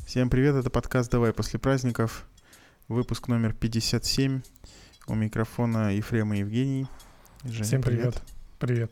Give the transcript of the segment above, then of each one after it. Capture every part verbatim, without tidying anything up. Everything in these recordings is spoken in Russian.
Всем привет, это подкаст «Давай после праздников», выпуск номер пятьдесят семь. У микрофона Ефрем и Евгений. Женя, Всем привет. Привет.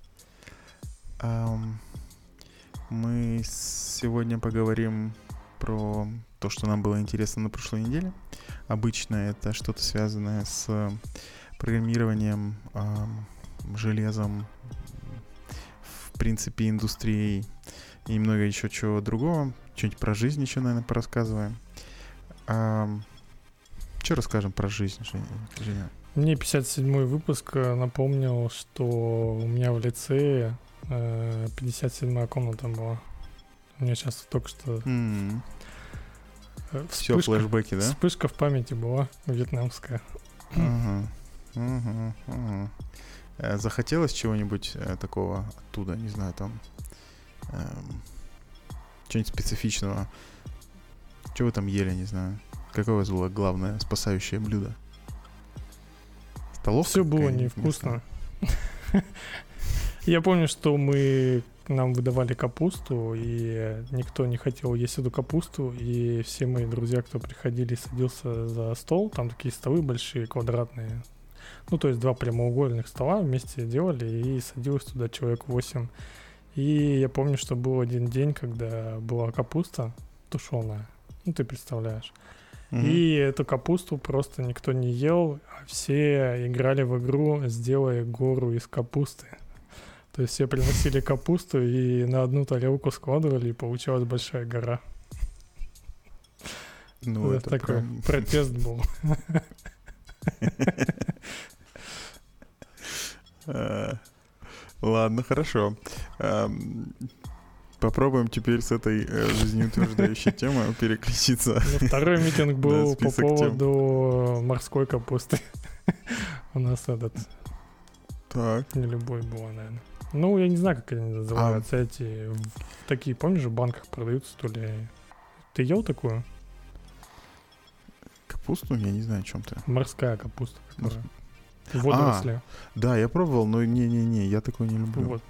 Um, мы сегодня поговорим про то, что нам было интересно на прошлой неделе. Обычно это что-то связанное с программированием, um, железом, в принципе, индустрией и много еще чего другого. Что-нибудь про жизнь еще, наверное, порассказываем. А, что расскажем про жизнь, Женя? Мне пятьдесят седьмой выпуск напомнил, что у меня в лицее э, пятьдесят седьмая комната была. У меня сейчас только что... Mm-hmm. Вспышка, Все, флешбеки, да? Вспышка в памяти была вьетнамская. Uh-huh. Uh-huh. Uh-huh. Uh-huh. Захотелось чего-нибудь uh, такого оттуда, не знаю, там... Uh, чего-нибудь специфичного. Что вы там ели, не знаю. Какое у вас было главное спасающее блюдо? Столовка? Все было невкусно. Я помню, что мы нам выдавали капусту, и никто не хотел есть эту капусту, и все мои друзья, кто приходили, садился за стол, там такие столы большие, квадратные, ну, то есть два прямоугольных стола вместе делали, и садилось туда человек восемь. И я помню, что был один день, когда была капуста тушеная, ну, ты представляешь. Mm-hmm. И эту капусту просто никто не ел, а все играли в игру «Сделай гору из капусты». То есть все приносили капусту и на одну тарелку складывали, и получалась большая гора. Ну, это, это такой прям... протест был. Ладно, хорошо. Попробуем теперь с этой э, жизнеутверждающей темы переключиться. Ну, второй митинг был по поводу тем. Морской капусты. У нас этот... Так. Не любовь была, наверное. Ну, я не знаю, как они называются. А. Эти такие, помнишь, в банках продаются, то ли... Ты ел такую? Капусту? Я не знаю, о чем ты. Морская капуста. Морс... Водоросли. А, да, я пробовал, но не-не-не, я такой не люблю. Вот.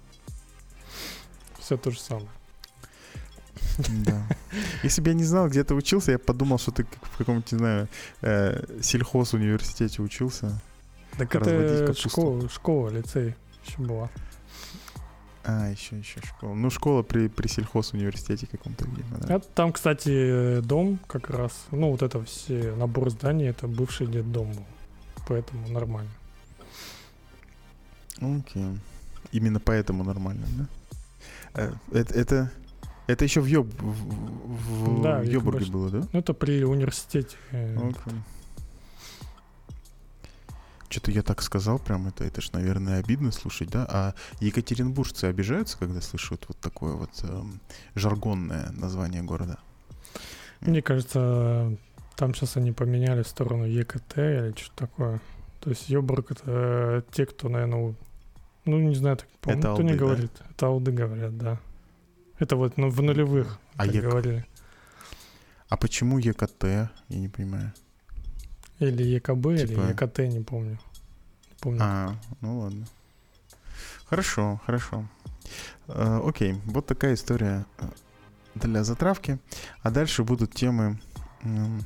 Все то же самое. Да. Если бы я не знал, где ты учился, я подумал, что ты в каком-нибудь, не знаю, э, сельхоз-университете учился. Так это школа, школа, лицей еще была. А, еще, еще школа. Ну, школа при, при сельхоз-университете каком-то, видимо, да. А там, кстати, дом как раз, ну, вот это все, набор зданий, это бывший детдом был. Поэтому нормально. Окей. Именно поэтому нормально, да? Это, это, это еще в, Йоб, в, в да, Йобурге было, да? Ну, это при университете. Okay. Что-то я так сказал, прям это, это ж, наверное, обидно слушать, да? А екатеринбуржцы обижаются, когда слышат вот такое вот эм, жаргонное название города? Мне кажется, там сейчас они поменяли в сторону ЕКТ или что-то такое. То есть Йобург — это те, кто, наверное... Ну, не знаю, так, по-моему, это никто алды, не да? говорит. Это алды говорят, да. Это вот ну, в нулевых а так ек... говорили. А почему ЕКТ? Я не понимаю. Или ЕКБ, типа... или ЕКТ, не помню. Не помню. А, ну ладно. Хорошо, хорошо. Э, окей, вот такая история для затравки. А дальше будут темы... Э,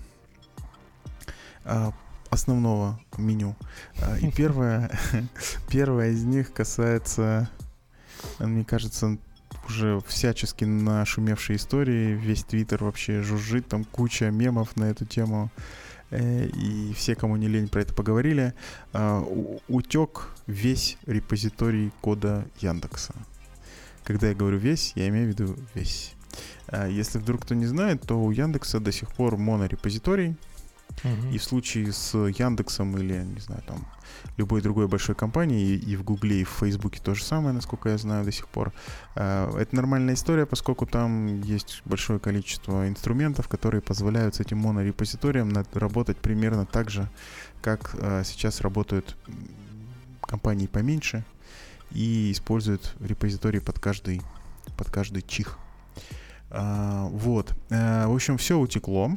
э, основного меню. И первое, первое из них касается, мне кажется, уже всячески нашумевшей истории. Весь Твиттер вообще жужжит, там куча мемов на эту тему. И все, кому не лень, про это поговорили. Утек весь репозиторий кода Яндекса. Когда я говорю весь, я имею в виду весь. Если вдруг кто не знает, то у Яндекса до сих пор монорепозиторий. Uh-huh. И в случае с Яндексом или, не знаю, там, любой другой большой компанией, и, и в Гугле, и в Фейсбуке то же самое, насколько я знаю до сих пор, э, это нормальная история, поскольку там есть большое количество инструментов, которые позволяют с этим монорепозиторием работать примерно так же, как э, сейчас работают компании поменьше и используют репозиторий под каждый, под каждый чих. Э, вот. Э, в общем, все утекло.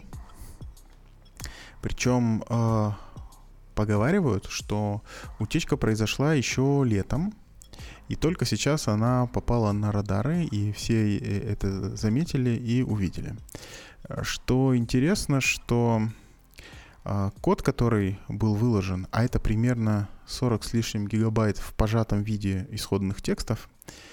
Причем э, поговаривают, что утечка произошла еще летом, И только сейчас она попала на радары, и все это заметили и увидели. Что интересно, что код, который был выложен, а это примерно сорок с лишним гигабайт в пожатом виде исходных текстов,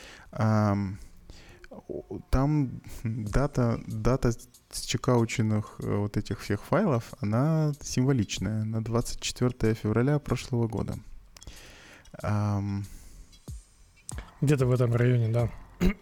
там дата, дата счекаученных вот этих всех файлов, она символичная, на двадцать четвёртое февраля прошлого года. Где-то в этом районе, да.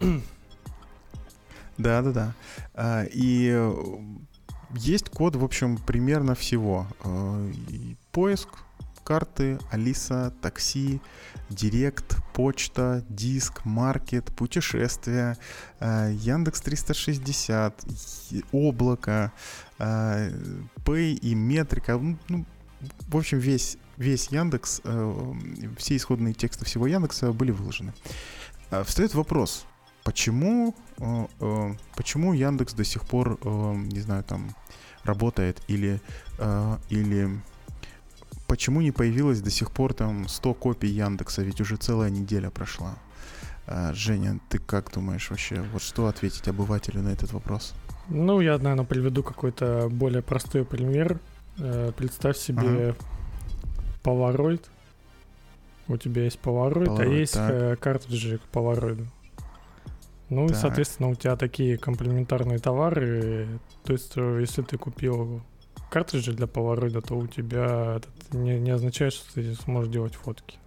Да-да-да. И есть код, в общем, примерно всего. И поиск, карты, Алиса, такси, Директ, почта, диск, маркет, путешествия, Яндекс триста шестьдесят, облако, Pay и метрика. Ну, в общем, весь, весь Яндекс, все исходные тексты всего Яндекса были выложены. Встает вопрос, почему, почему Яндекс до сих пор, не знаю, там работает, или, или почему не появилось до сих пор там сто копий Яндекса, ведь уже целая неделя прошла. Женя, ты как думаешь вообще, вот что ответить обывателю на этот вопрос? Ну, я, наверное, приведу какой-то более простой пример. Представь себе ага. Polaroid. У тебя есть Polaroid, Polaroid а есть так. картриджи к Polaroid. Ну так. И, соответственно, у тебя такие комплементарные товары. То есть, если ты купил картриджи для Polaroid, то у тебя это не, не означает, что ты сможешь делать фотки.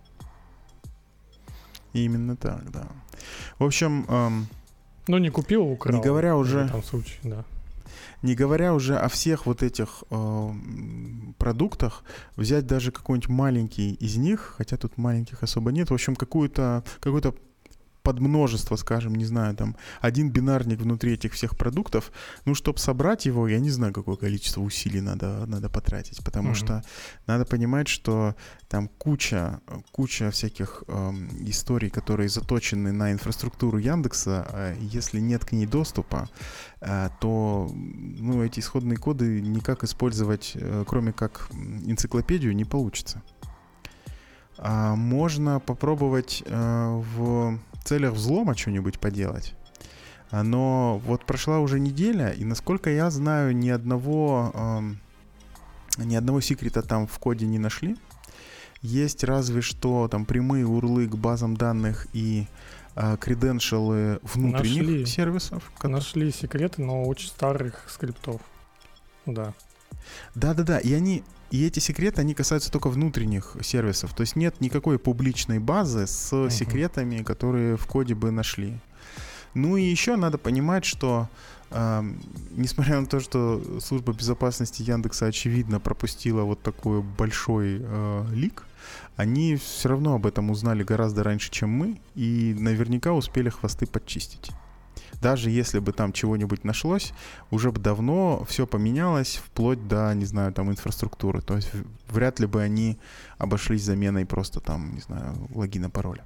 Именно так, да. В общем... Эм, ну, не купил, украл. Не говоря уже... В этом случае, да. Не говоря уже о всех вот этих э, продуктах, взять даже какой-нибудь маленький из них, хотя тут маленьких особо нет, в общем, какую-то, какую-то подмножество, скажем, не знаю, там, один бинарник внутри этих всех продуктов, ну, чтобы собрать его, я не знаю, какое количество усилий надо, надо потратить, потому mm-hmm. что надо понимать, что там куча, куча всяких э, историй, которые заточены на инфраструктуру Яндекса, э, если нет к ней доступа, э, то, ну, эти исходные коды никак использовать, э, кроме как энциклопедию, не получится. А можно попробовать э, в целях взлома что-нибудь поделать. Но вот прошла уже неделя, и насколько я знаю, ни одного, э, ни одного секрета там в коде не нашли. Есть разве что там прямые урлы к базам данных и э, креденшалы внутренних нашли, сервисов. Как... Нашли секреты, но очень старых скриптов. Да. Да-да-да, и они... И эти секреты, они касаются только внутренних сервисов. То есть нет никакой публичной базы с uh-huh. секретами, которые в коде бы нашли. Ну и еще надо понимать, что э, несмотря на то, что служба безопасности Яндекса, очевидно, пропустила вот такой большой э, лик, они все равно об этом узнали гораздо раньше, чем мы, и наверняка успели хвосты подчистить. Даже если бы там чего-нибудь нашлось, уже бы давно все поменялось, вплоть до, не знаю, там, инфраструктуры. То есть вряд ли бы они обошлись заменой просто там, не знаю, логина, пароля.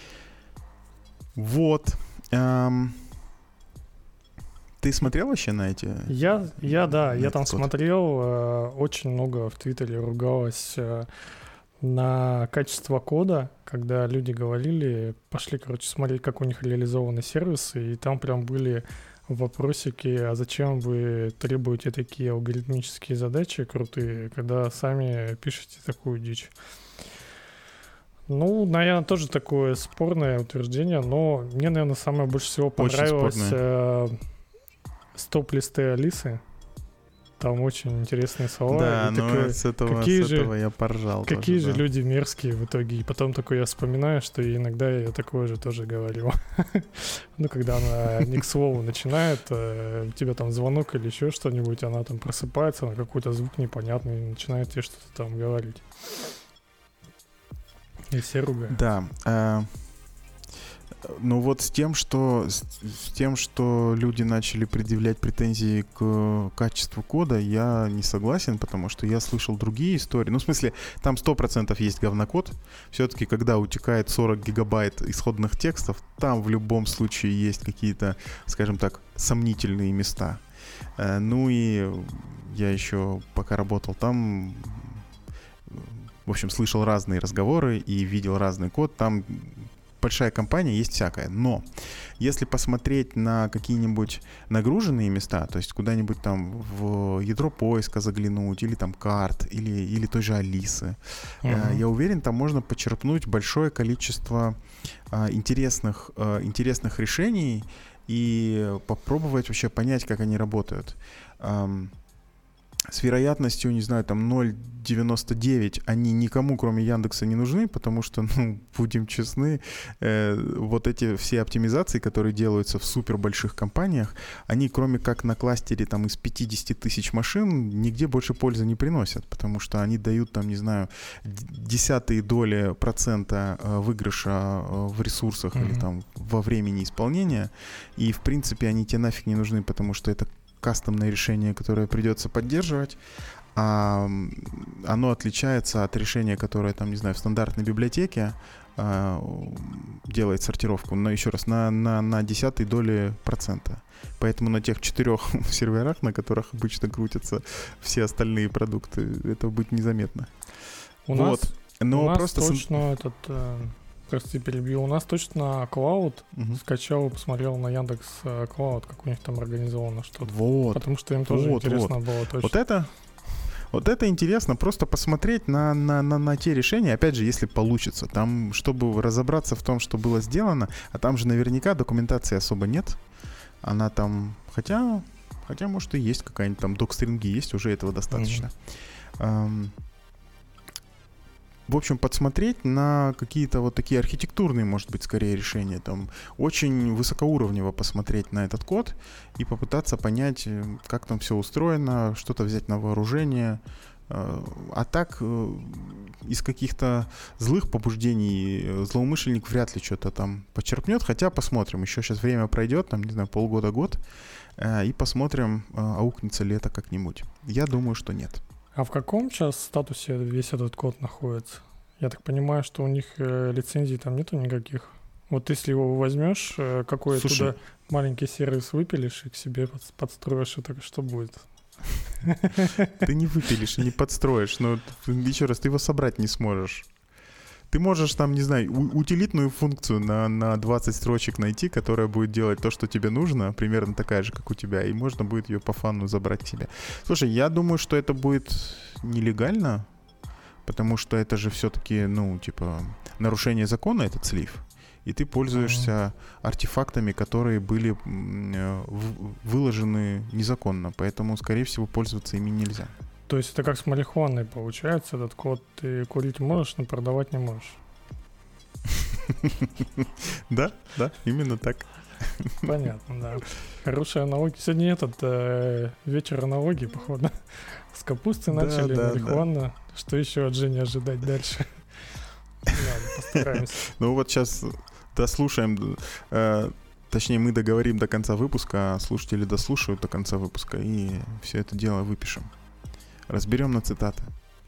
Вот. Эм... Ты смотрел вообще на эти? Я, я да, на я там код? смотрел. Э, очень много в Твиттере ругалось э, на качество кода, когда люди говорили, пошли, короче, смотреть, как у них реализованы сервисы, и там прям были вопросики, а зачем вы требуете такие алгоритмические задачи крутые, когда сами пишете такую дичь. Ну, наверное, тоже такое спорное утверждение, но мне, наверное, самое больше всего понравилось э, стоп-листы Алисы. Там очень интересные слова. Да, и ну такое, с этого, какие с же, этого я поржал. Какие тоже, же да. люди мерзкие в итоге. И потом такой я вспоминаю, что иногда я такое же тоже говорил. Ну, когда она не к слову начинает, у тебя там звонок или еще что-нибудь, она там просыпается, на какой-то звук непонятный, и начинает тебе что-то там говорить. И все ругают. Да. Ну вот с тем, что с, с тем, что люди начали предъявлять претензии к качеству кода, я не согласен, потому что я слышал другие истории. Ну, в смысле, там сто процентов есть говнокод. Все-таки, когда утекает сорок гигабайт исходных текстов, там в любом случае есть какие-то, скажем так, сомнительные места. Ну и я еще пока работал там, в общем, слышал разные разговоры и видел разный код. Там большая компания, есть всякое. Но если посмотреть на какие-нибудь нагруженные места, то есть куда-нибудь там в ядро поиска заглянуть, или там карт, или, или той же Алисы, uh-huh. я уверен, там можно почерпнуть большое количество интересных, интересных решений и попробовать вообще понять, как они работают. С вероятностью, не знаю, там ноль целых девяносто девять они никому, кроме Яндекса, не нужны, потому что, ну, будем честны, э, вот эти все оптимизации, которые делаются в супер больших компаниях, они, кроме как на кластере там из пятьдесят тысяч машин, нигде больше пользы не приносят, потому что они дают там, не знаю, десятые доли процента выигрыша в ресурсах mm-hmm. или там во времени исполнения, и, в принципе, они тебе нафиг не нужны, потому что это кастомное решение, которое придется поддерживать, а оно отличается от решения, которое, там, не знаю, в стандартной библиотеке а, делает сортировку, но еще раз, на, на, на десятой доли процента. Поэтому на тех четырех серверах, на которых обычно крутятся все остальные продукты, это будет незаметно. У вот. нас, но у нас просто точно с... этот... Прости, перебью. У нас точно Cloud uh-huh. скачал и посмотрел на Яндекс Cloud, как у них там организовано что-то. Вот. Потому что им тоже вот, интересно вот. было точно. Вот это, вот это интересно, просто посмотреть на, на, на, на те решения, опять же, если получится. Там, чтобы разобраться в том, что было сделано, а там же наверняка документации особо нет. Она там, хотя, хотя может и есть какая-нибудь там док-стринги, есть, уже этого достаточно. Uh-huh. Um, В общем, подсмотреть на какие-то вот такие архитектурные, может быть, скорее решения. Там очень высокоуровнево посмотреть на этот код и попытаться понять, как там все устроено, что-то взять на вооружение. А так, из каких-то злых побуждений злоумышленник вряд ли что-то там почерпнет. Хотя посмотрим. Еще сейчас время пройдет, там, не знаю, полгода-год. И посмотрим, аукнется ли это как-нибудь. Я думаю, что нет. А в каком сейчас статусе весь этот код находится? Я так понимаю, что у них э, лицензий там нету никаких. Вот если его возьмешь, э, какой Слушай, туда маленький сервис выпилишь и к себе под, подстроишь, это что будет? Ты не выпилишь и не подстроишь, но еще раз, ты его собрать не сможешь. Ты можешь там, не знаю, утилитную функцию на, на двадцать строчек найти, которая будет делать то, что тебе нужно, примерно такая же, как у тебя, и можно будет ее по фану забрать к себе. Слушай, я думаю, что это будет нелегально, потому что это же все-таки, ну, типа, нарушение закона, этот слив, и ты пользуешься mm-hmm. артефактами, которые были в, выложены незаконно, поэтому, скорее всего, пользоваться ими нельзя. То есть это как с марихуаной получается, этот код ты курить можешь, но продавать не можешь. Да, да, именно так. Понятно, да. Хорошая аналогия. Сегодня этот э, вечер аналогии, походу. С капусты да, начали, да, марихуана. Да. Что еще от Жени ожидать дальше? Ладно, постараемся. Ну вот сейчас дослушаем, э, точнее мы договорим до конца выпуска, а слушатели дослушают до конца выпуска и все это дело выпишем. Разберем на цитаты.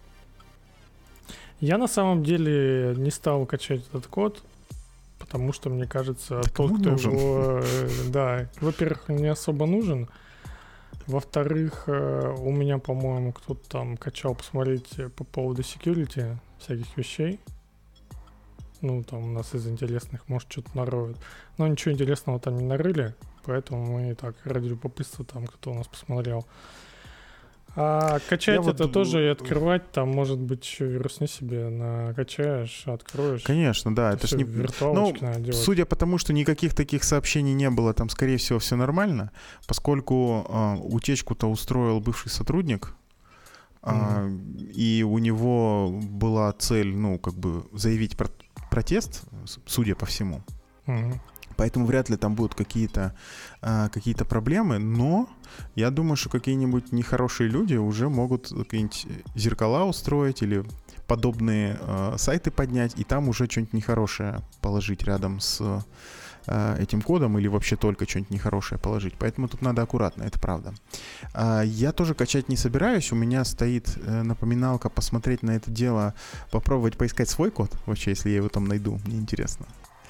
Я на самом деле не стал качать этот код, потому что, мне кажется, да тот, кто нужен? его... Да, во-первых, не особо нужен. Во-вторых, у меня, по-моему, кто-то там качал посмотреть по поводу security всяких вещей. Ну, там у нас из интересных, может, что-то нароют. Но ничего интересного там не нарыли, поэтому мы так ради любопытства там кто-то у нас посмотрел. А качать я это вот... тоже и открывать, там, может быть, еще вирусни себе накачаешь, откроешь. Конечно, да, это ж не... Ну, судя по тому, что никаких таких сообщений не было, там, скорее всего, все нормально, поскольку э, утечку-то устроил бывший сотрудник, э, mm-hmm. и у него была цель, ну, как бы заявить про- протест, судя по всему. Mm-hmm. Поэтому вряд ли там будут какие-то, а, какие-то проблемы, но я думаю, что какие-нибудь нехорошие люди уже могут какие-нибудь зеркала устроить или подобные а, сайты поднять, и там уже что-нибудь нехорошее положить рядом с а, этим кодом или вообще только что-нибудь нехорошее положить. Поэтому тут надо аккуратно, это правда. А, я тоже качать не собираюсь, у меня стоит э, напоминалка посмотреть на это дело, попробовать поискать свой код, вообще, если я его там найду, мне интересно.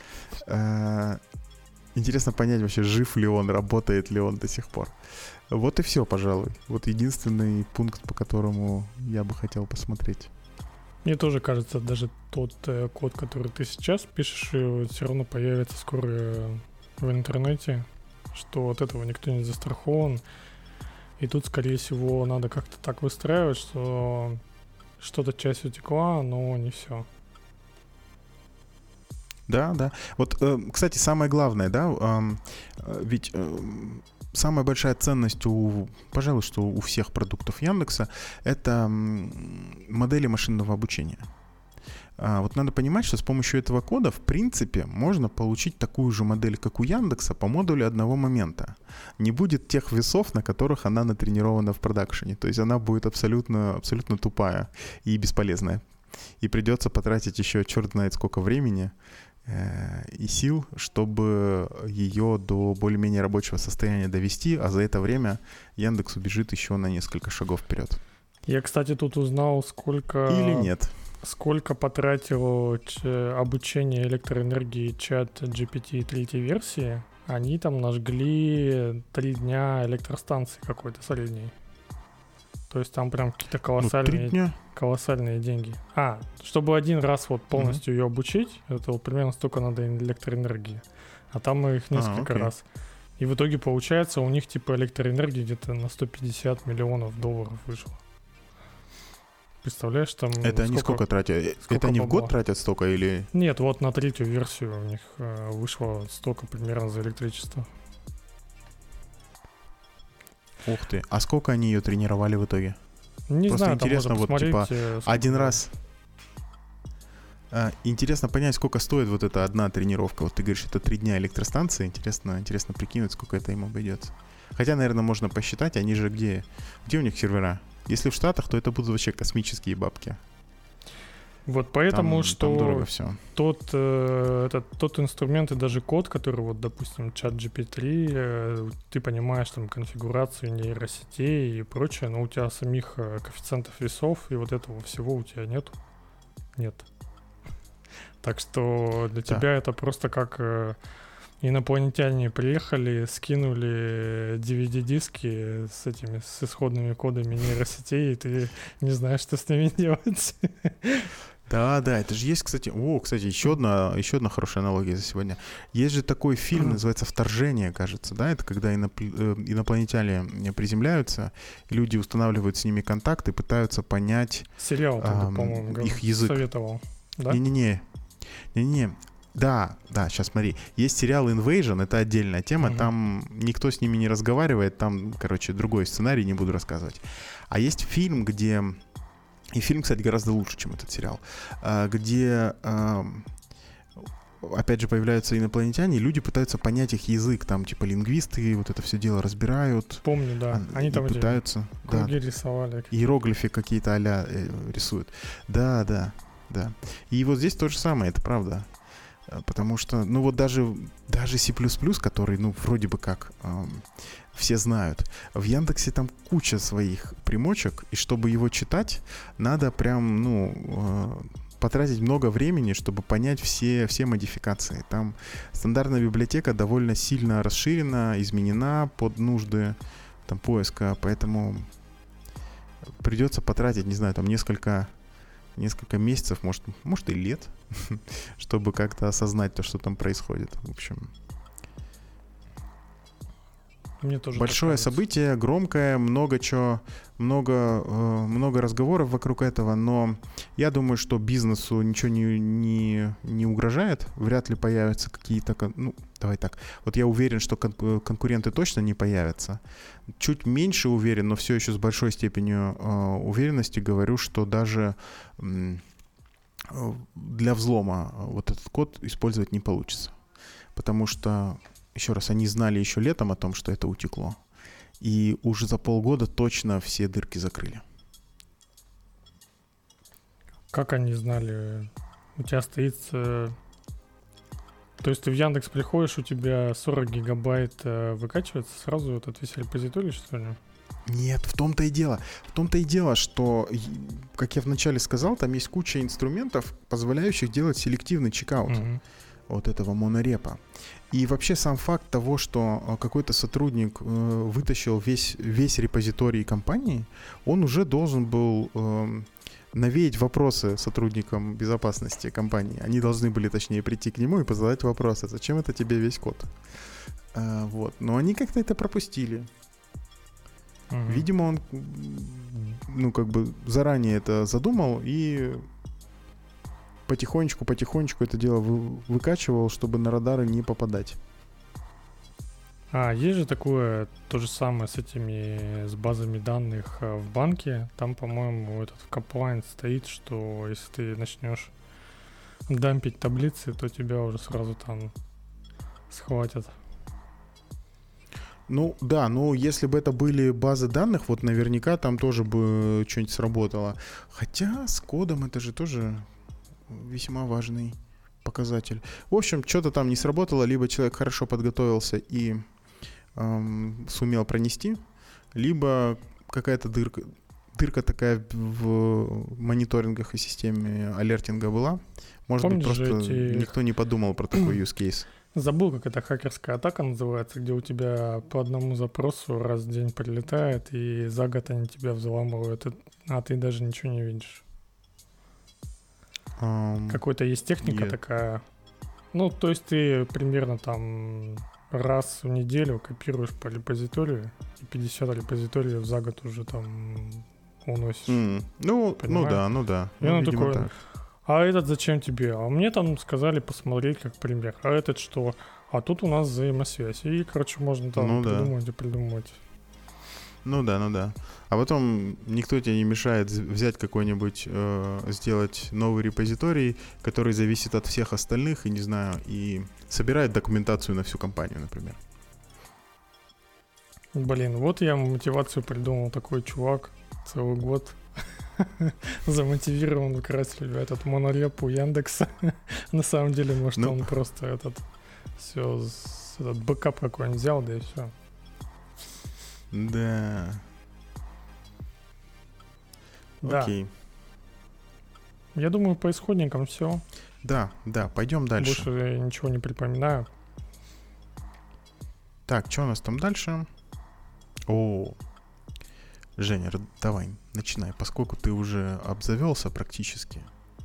Интересно понять вообще, жив ли он, работает ли он до сих пор. Вот и все, пожалуй. Вот единственный пункт, по которому я бы хотел посмотреть. Мне тоже кажется, даже тот э, код, который ты сейчас пишешь, все равно появится скоро э, в интернете, что от этого никто не застрахован. И тут, скорее всего, надо как-то так выстраивать, что что-то часть утекла, но не все. Да, да. Вот, э, кстати, самое главное, да, э, ведь э, самая большая ценность у, пожалуй, что у всех продуктов Яндекса — это модели машинного обучения. А, вот надо понимать, что с помощью этого кода, в принципе, можно получить такую же модель, как у Яндекса, по модулю одного момента. Не будет тех весов, на которых она натренирована в продакшене. То есть она будет абсолютно, абсолютно тупая и бесполезная. И придется потратить еще черт знает сколько времени и сил, чтобы ее до более-менее рабочего состояния довести, а за это время Яндекс убежит еще на несколько шагов вперед. Я, кстати, тут узнал, сколько... Или нет. Сколько потратило обучение электроэнергии чат джи пи ти третьей версии. Они там нажгли три дня электростанции какой-то средней. То есть там прям какие-то колоссальные, ну, колоссальные деньги. А, чтобы один раз вот полностью mm-hmm. ее обучить, это вот примерно столько надо электроэнергии. А там их несколько а, раз. И в итоге получается у них типа электроэнергии где-то на сто пятьдесят миллионов долларов вышло. Представляешь, там... Это они сколько тратят? Сколько это они в год тратят столько или... Нет, вот на третью версию у них э, вышло столько примерно за электричество. Ух ты. А сколько они ее тренировали в итоге? Не Просто знаю, интересно, вот типа один раз... А, интересно понять, сколько стоит вот эта одна тренировка. Вот ты говоришь, это три дня электростанции. Интересно, интересно прикинуть, сколько это им обойдется. Хотя, наверное, можно посчитать, они же где... Где у них сервера? Если в Штатах, то это будут вообще космические бабки. Вот поэтому, там, что там дорого все. Тот, э, этот, тот инструмент и даже код, который, вот, допустим, чат джи пи три, э, ты понимаешь там конфигурацию нейросетей и прочее, но у тебя самих э, коэффициентов весов и вот этого всего у тебя нету. Нет. Так что для да. тебя это просто как... Э, инопланетяне приехали, скинули ди ви ди-диски с этими, с исходными кодами нейросетей, и ты не знаешь, что с ними делать. Да, да, это же есть, кстати, о, кстати, еще одна, еще одна хорошая аналогия за сегодня. Есть же такой фильм, называется «Вторжение», кажется, да, это когда иноп- инопланетяне приземляются, люди устанавливают с ними контакт и пытаются понять сериал, тогда, эм, по-моему, их язык. Советовал, да? Не-не-не, не-не-не. Да, да, сейчас смотри. Есть сериал Invasion, это отдельная тема, uh-huh. там никто с ними не разговаривает, там, короче, другой сценарий, не буду рассказывать. А есть фильм, где... И фильм, кстати, гораздо лучше, чем этот сериал. Где, опять же, появляются инопланетяне, и люди пытаются понять их язык, там, типа, лингвисты вот это все дело разбирают. Помню, да. Они там пытаются... Круги да, рисовали. Иероглифы какие-то а-ля рисуют. Да, да, да. И вот здесь то же самое, это правда. Потому что, ну вот даже, даже C++, который, ну, вроде бы как эм, все знают, в Яндексе там куча своих примочек, и чтобы его читать, надо прям, ну, э, потратить много времени, чтобы понять все, все модификации. Там стандартная библиотека довольно сильно расширена, изменена под нужды там, поиска, поэтому придется потратить, не знаю, там несколько... несколько месяцев, может, может и лет, чтобы как-то осознать то, что там происходит. В общем, мне тоже большое событие, громкое, много чего, много, э, много разговоров вокруг этого, но я думаю, что бизнесу ничего не, не, не угрожает, вряд ли появятся какие-то, ну, давай так, вот я уверен, что кон- конкуренты точно не появятся. Чуть меньше уверен, но все еще с большой степенью э, уверенности говорю, что даже э, для взлома вот этот код использовать не получится. Потому что, еще раз, они знали еще летом о том, что это утекло. И уже за полгода точно все дырки закрыли. Как они знали? У тебя стоит... Э... То есть ты в Яндекс приходишь, у тебя сорок гигабайт э, выкачивается сразу этот весь репозиторий, что ли? Нет, в том-то и дело. В том-то и дело, что, как я вначале сказал, там есть куча инструментов, позволяющих делать селективный чекаут mm-hmm. вот этого монорепа. И вообще сам факт того, что какой-то сотрудник э, вытащил весь, весь репозиторий компании, он уже должен был... Э, навеять вопросы сотрудникам безопасности компании. Они должны были, точнее, прийти к нему и позадать вопросы. Зачем это тебе весь код? А, вот. Но они как-то это пропустили. Mm-hmm. Видимо, он, ну, как бы заранее это задумал и потихонечку-потихонечку это дело вы, выкачивал, чтобы на радары не попадать. А, есть же такое, то же самое с этими, с базами данных в банке. Там, по-моему, этот compliance стоит, что если ты начнешь дампить таблицы, то тебя уже сразу там схватят. Ну, да, ну, если бы это были базы данных, вот наверняка там тоже бы что-нибудь сработало. Хотя с кодом это же тоже весьма важный показатель. В общем, что-то там не сработало, либо человек хорошо подготовился и эм, сумел пронести, либо какая-то дырка, дырка такая в мониторингах и системе алертинга была. Может Помнишь, быть, просто эти... никто не подумал про такой use case. Забыл, как эта хакерская атака называется, где у тебя по одному запросу раз в день прилетает, и за год они тебя взламывают, а ты даже ничего не видишь. Um, Какой-то есть техника yeah. такая. Ну, то есть ты примерно там раз в неделю копируешь по репозиторию, и пятьдесят репозиториев за год уже там уносишь. Mm. Ну, ну да, ну да. И ну, он такой, так. А этот зачем тебе? А мне там сказали посмотреть как пример. А этот что? А тут у нас взаимосвязь. И, короче, можно там ну, придумать да. и придумать. Ну да, ну да. А потом никто тебе не мешает взять какой-нибудь, э, сделать новый репозиторий, который зависит от всех остальных, и не знаю, и собирает документацию на всю компанию, например. Блин, вот я мотивацию придумал, такой чувак целый год замотивирован украсть этот монореп у Яндекса. На самом деле, может, ну, он просто этот все, этот бэкап какой-нибудь взял, да и все. Да. Да. Окей. Я думаю, по исходникам все. Да, да, пойдем дальше. Больше ничего не припоминаю. Так, что у нас там дальше? О, Женя, давай, начинай, поскольку ты уже обзавелся практически.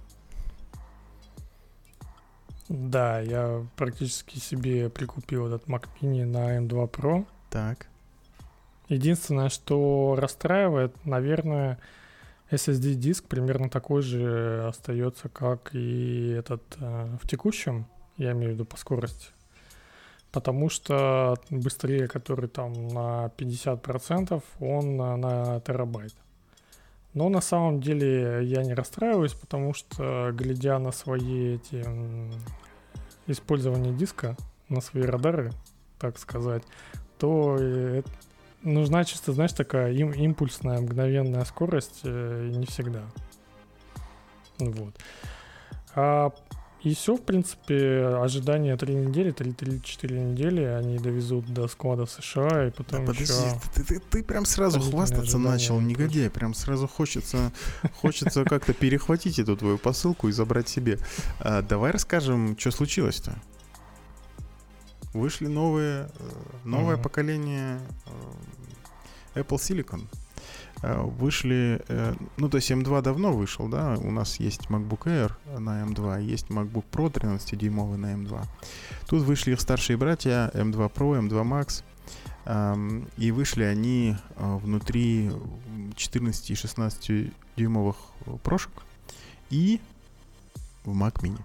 Да, я практически себе прикупил этот Mac Mini на эм два Pro. Так. Единственное, что расстраивает, наверное, эс эс ди-диск примерно такой же остается, как и этот э, в текущем, я имею в виду по скорости. Потому что быстрее, который там на пятьдесят процентов, он на, на терабайт. Но на самом деле я не расстраиваюсь, потому что, глядя на свои эти м, использование диска, на свои радары, так сказать, то э, нужна чисто, знаешь, такая им, импульсная, мгновенная скорость, э, не всегда. Вот. А И все, в принципе, ожидание три недели, три-четыре недели, они довезут до склада в США, и потом да, еще... Подожди, ты, ты, ты прям сразу хвастаться начал, негодяй, прям сразу хочется, хочется как-то перехватить эту твою посылку и забрать себе. А, давай расскажем, что случилось-то. Вышли новые, новое uh-huh. поколение Apple Silicon. Вышли, ну то есть эм два давно вышел, да, у нас есть MacBook Air на эм два, есть MacBook Pro тринадцатидюймовый на эм два. Тут вышли их старшие братья эм два Pro, эм два Max, и вышли они внутри четырнадцати и шестнадцати дюймовых прошек и в Mac Mini.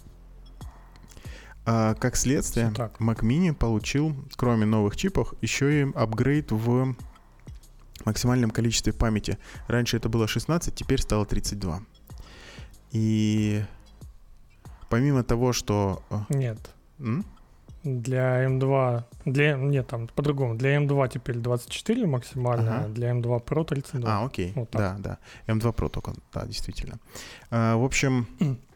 Как следствие, Mac Mini получил, кроме новых чипов, еще и апгрейд в максимальном количестве памяти. Раньше это было шестнадцать, теперь стало тридцать два. И помимо того, что... Нет. М? Для эм два... Для, нет, там по-другому. Для эм два теперь двадцать четыре максимально, ага. а для эм два Pro тридцать два. А, окей. Вот да, да. эм два Pro только, да, действительно. А, в общем,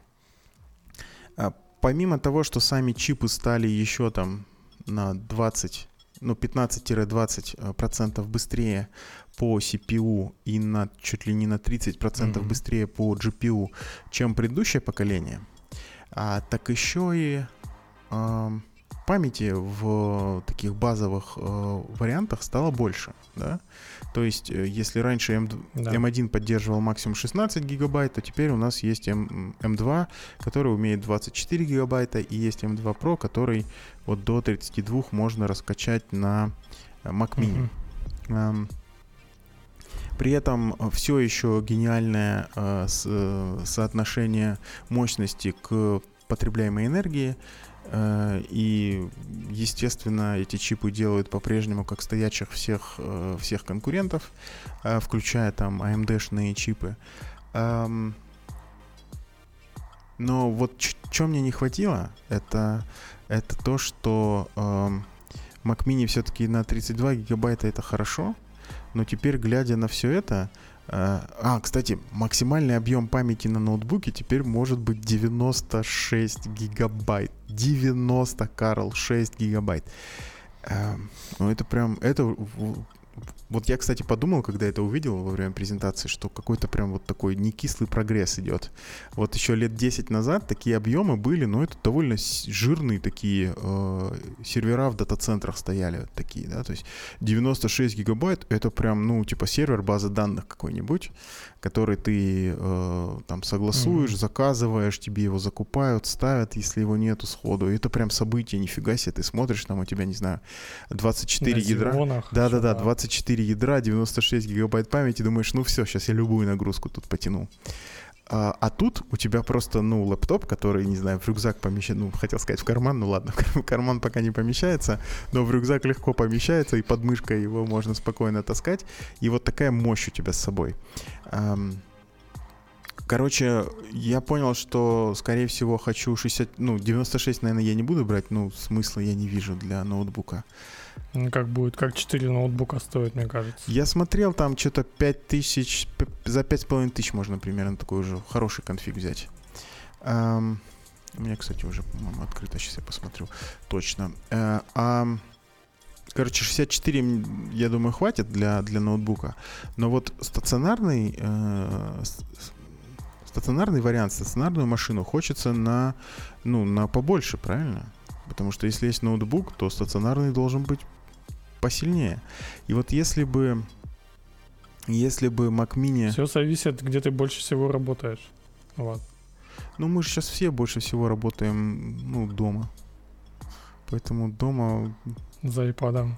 а, помимо того, что сами чипы стали еще там на двадцать... ну, пятнадцать-двадцать процентов быстрее по си пи ю и на чуть ли не на тридцать процентов mm-hmm. быстрее по джи пи ю, чем предыдущее поколение, а, так еще и а, памяти в таких базовых э, вариантах стало больше, да. То есть, э, если раньше эм, да. эм один поддерживал максимум шестнадцать гигабайт, то теперь у нас есть эм, эм два, который умеет двадцать четыре гигабайта, и есть эм два Pro, который вот до тридцати двух можно раскачать на Mac Mini. Mm-hmm. Эм, При этом все еще гениальное э, с, э, соотношение мощности к потребляемой энергии. Э, и, естественно, эти чипы делают по-прежнему как стоячих всех, э, всех конкурентов, э, включая там эй эм ди-шные чипы. Эм, но вот что мне не хватило, это, это то, что э, Mac Mini все-таки на тридцать два гигабайта это хорошо. Но теперь, глядя на все это... Э, а, кстати, максимальный объем памяти на ноутбуке теперь может быть девяносто шесть гигабайт. девяносто, Карл, шесть гигабайт. Э, ну, это прям... Это, вот я, кстати, подумал, когда это увидел во время презентации, что какой-то прям вот такой некислый прогресс идет. Вот еще лет десять назад такие объемы были, но это довольно жирные такие э, сервера в дата-центрах стояли такие, да, то есть девяносто шесть гигабайт это прям, ну, типа сервер базы данных какой-нибудь, который ты э, там согласуешь, mm-hmm. заказываешь, тебе его закупают, ставят, если его нету сходу. И это прям событие, нифига себе, ты смотришь, там у тебя, не знаю, двадцать четыре ядра. Да-да-да, двадцать четыре ядра, девяносто шесть гигабайт памяти, думаешь, ну все, сейчас я любую нагрузку тут потяну. А, а тут у тебя просто, ну, лэптоп, который, не знаю, в рюкзак помещается, ну, хотел сказать в карман, ну ладно, в карман пока не помещается, но в рюкзак легко помещается, и под мышкой его можно спокойно таскать, и вот такая мощь у тебя с собой. Короче, я понял, что, скорее всего, хочу шестьдесят, ну, девяносто шесть, наверное, я не буду брать, ну, смысла я не вижу для ноутбука. Как будет, как четыре ноутбука стоит, мне кажется. Я смотрел, там что-то пять тысяч, за пять с половиной тысяч можно примерно такой уже хороший конфиг взять. Um, у меня, кстати, уже, по-моему, открыто, сейчас я посмотрю точно. Uh, um, короче, шестьдесят четыре, я думаю, хватит для, для ноутбука. Но вот стационарный, uh, стационарный вариант, стационарную машину хочется на, ну, на побольше, правильно? Потому что если есть ноутбук, то стационарный должен быть посильнее. И вот если бы если бы Mac Mini... Все зависит, где ты больше всего работаешь. Вот. Ну, мы же сейчас все больше всего работаем, ну, дома. Поэтому дома... За iPad'ом.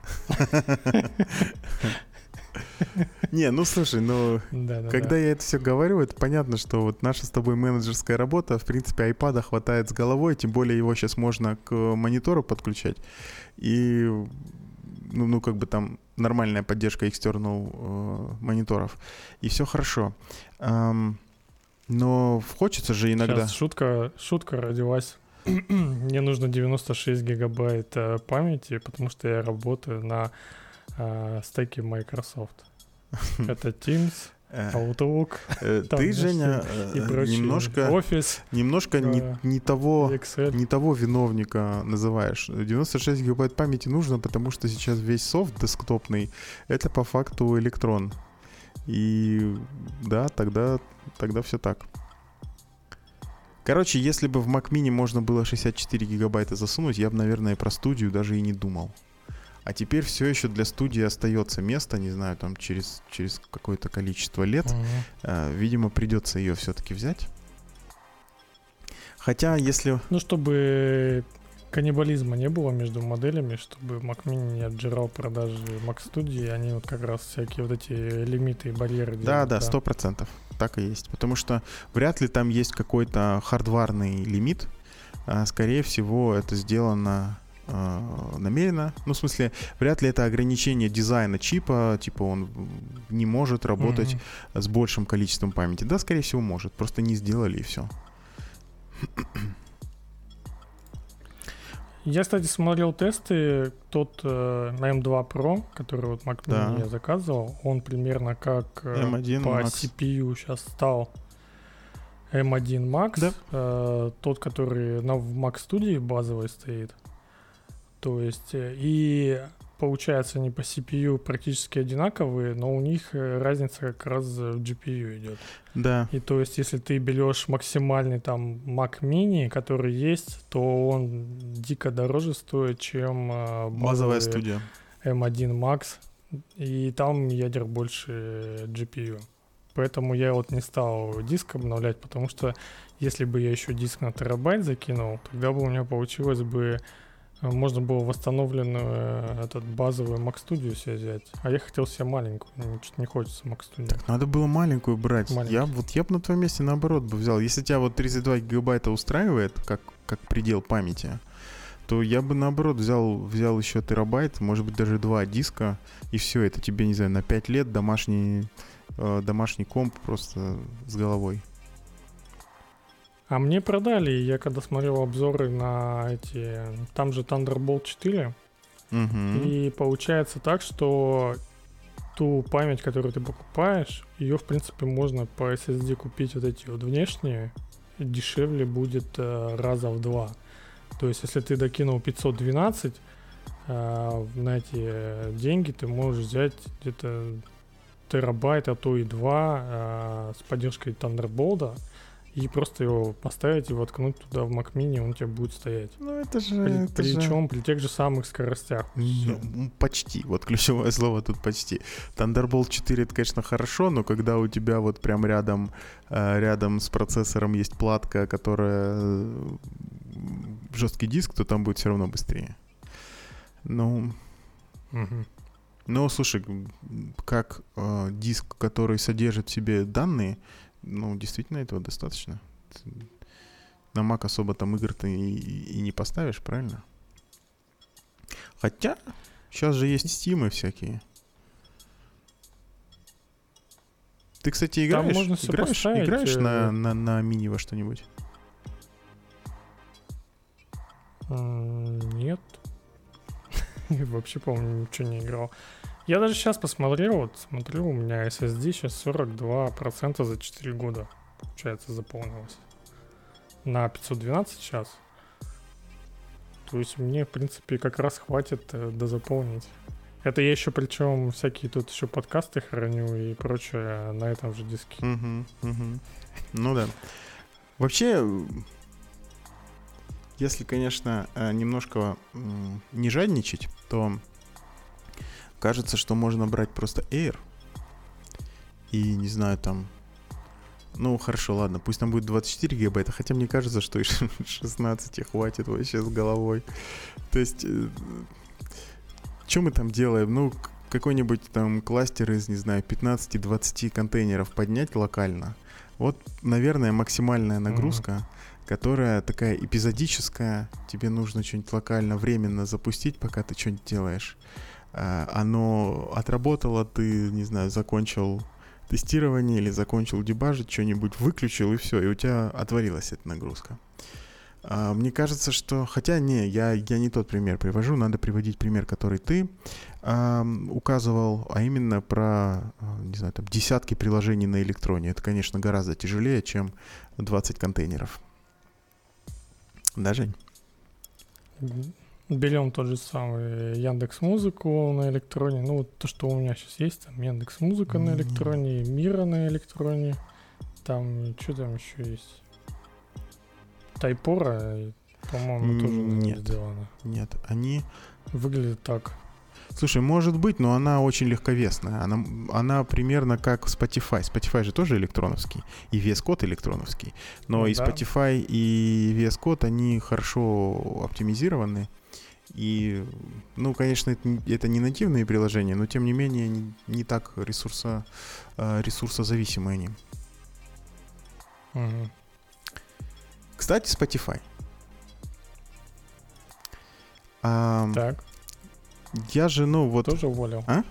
Не, ну слушай, ну, да, да, когда да. я это все говорю, это понятно, что вот наша с тобой менеджерская работа, в принципе, iPad'а хватает с головой, тем более его сейчас можно к монитору подключать, и, ну, ну как бы там нормальная поддержка external э, мониторов, и все хорошо. Эм, но хочется же иногда... Сейчас шутка, шутка родилась. Мне нужно девяносто шесть гигабайт памяти, потому что я работаю на Uh, стеки Microsoft. Это Teams, Outlook. Ты, Женя, немножко, Office, немножко uh, не, не, того, не того виновника называешь. девяносто шесть гигабайт памяти нужно, потому что сейчас весь софт десктопный — это по факту электрон. И да, тогда, тогда все так. Короче, если бы в Mac Mini можно было шестьдесят четыре гигабайта засунуть, я бы, наверное, про студию даже и не думал. А теперь все еще для студии остается место, не знаю, там через, через какое-то количество лет. Uh-huh. А, видимо, придется ее все-таки взять. Хотя, если... Ну, чтобы каннибализма не было между моделями, чтобы Mac Mini не отжирал продажи Mac Studio, они вот как раз всякие вот эти лимиты и барьеры делают. Да, да, сто процентов. Так и есть. Потому что вряд ли там есть какой-то хардварный лимит. А, скорее всего, это сделано... намеренно, ну, в смысле, вряд ли это ограничение дизайна чипа, типа он не может работать mm-hmm. с большим количеством памяти. Да, скорее всего, может, просто не сделали и все. Я, кстати, смотрел тесты, тот э, эм два Pro, который вот Mac Mini да. я заказывал, он примерно как э, эм один по Max. си пи ю сейчас стал эм один Max, да. э, тот, который на, в Mac Studio базовый стоит. То есть, и получается, они по си пи ю практически одинаковые, но у них разница как раз в джи пи ю идет. Да. И то есть, если ты берешь максимальный там Mac Mini, который есть, то он дико дороже стоит, чем э, базовая студия эм один Max, и там ядер больше джи пи ю. Поэтому я вот не стал диск обновлять, потому что если бы я еще диск на терабайт закинул, тогда бы у меня получилось бы, можно было восстановленную этот базовую Mac Studio себе взять. А я хотел себе маленькую, мне что-то не хочется Mac Studio. Так надо было маленькую брать. Маленький. Я вот я бы на твоем месте наоборот бы взял. Если тебя вот тридцать два гигабайта устраивает, как, как предел памяти, то я бы наоборот взял, взял еще терабайт, может быть даже два диска, и все, это тебе, не знаю, на пять лет домашний, э, домашний комп просто с головой. А мне продали, я когда смотрел обзоры на эти, там же Thunderbolt четыре, угу. и получается так, что ту память, которую ты покупаешь, ее в принципе можно по эс эс ди купить вот эти вот внешние, дешевле будет э, раза в два. То есть если ты докинул пятьсот двенадцать, э, на эти деньги ты можешь взять где-то терабайт, а то и два э, с поддержкой Thunderbolt, и просто его поставить и воткнуть туда в Mac Mini, он у тебя будет стоять. Ну это же... При, это причем же... при тех же самых скоростях. Ну, почти. Вот ключевое слово тут почти. Thunderbolt четыре это, конечно, хорошо, но когда у тебя вот прям рядом, э, рядом с процессором есть платка, которая э, жесткий диск, то там будет все равно быстрее. Ну... Угу. Ну, слушай, как э, диск, который содержит в себе данные, ну, действительно этого достаточно. На Mac особо там игр-то и, и не поставишь, правильно? Хотя, сейчас же есть стимы всякие. Ты, кстати, играешь? Там можно играешь, поставить, играешь э... на, на, на мини во что-нибудь? Нет. Вообще, по-моему, ничего не играл. Я даже сейчас посмотрел, вот смотрю, у меня эс эс ди сейчас сорок два процента за четыре года, получается, заполнилось. На пятьсот двенадцать сейчас. То есть мне, в принципе, как раз хватит э, дозаполнить. Это я еще, причем, всякие тут еще подкасты храню и прочее на этом же диске. Угу, угу. Ну да. Вообще, если, конечно, немножко не жадничать, то кажется, что можно брать просто Air и, не знаю, там... Ну, хорошо, ладно, пусть там будет двадцать четыре гигабайта, хотя мне кажется, что и шестнадцать хватит вообще с головой. То есть, что мы там делаем? Ну, какой-нибудь там кластер из, не знаю, пятнадцать-двадцать контейнеров поднять локально. Вот, наверное, максимальная нагрузка, mm-hmm. которая такая эпизодическая. Тебе нужно что-нибудь локально, временно запустить, пока ты что-нибудь делаешь. Оно отработало, ты, не знаю, закончил тестирование или закончил дебажить, что-нибудь выключил, и все, и у тебя отвалилась эта нагрузка. А, мне кажется, что... Хотя, не, я, я не тот пример привожу, надо приводить пример, который ты а, указывал, а именно про, не знаю, там, десятки приложений на электроне. Это, конечно, гораздо тяжелее, чем двадцать контейнеров. Да, Жень? Берем тот же самый Яндекс.Музыку на электроне. Ну, вот то, что у меня сейчас есть. Там Яндекс.Музыка mm-hmm. на электроне, Мира на электроне. Там, что там еще есть? Тайпора, по-моему, mm-hmm. тоже Нет. сделано. Нет, они... Выглядит так. Слушай, может быть, но она очень легковесная. Она, она примерно как Spotify. Spotify же тоже электроновский. И ви эс Code электроновский. Но ну, и да. Spotify, и ви эс Code, они хорошо оптимизированы. И, ну, конечно, это, это не нативные приложения, но, тем не менее, не, не так ресурсо, ресурсозависимые они. Угу. Кстати, Spotify. А, так. Я же, ну, вот... Тоже уволил? А?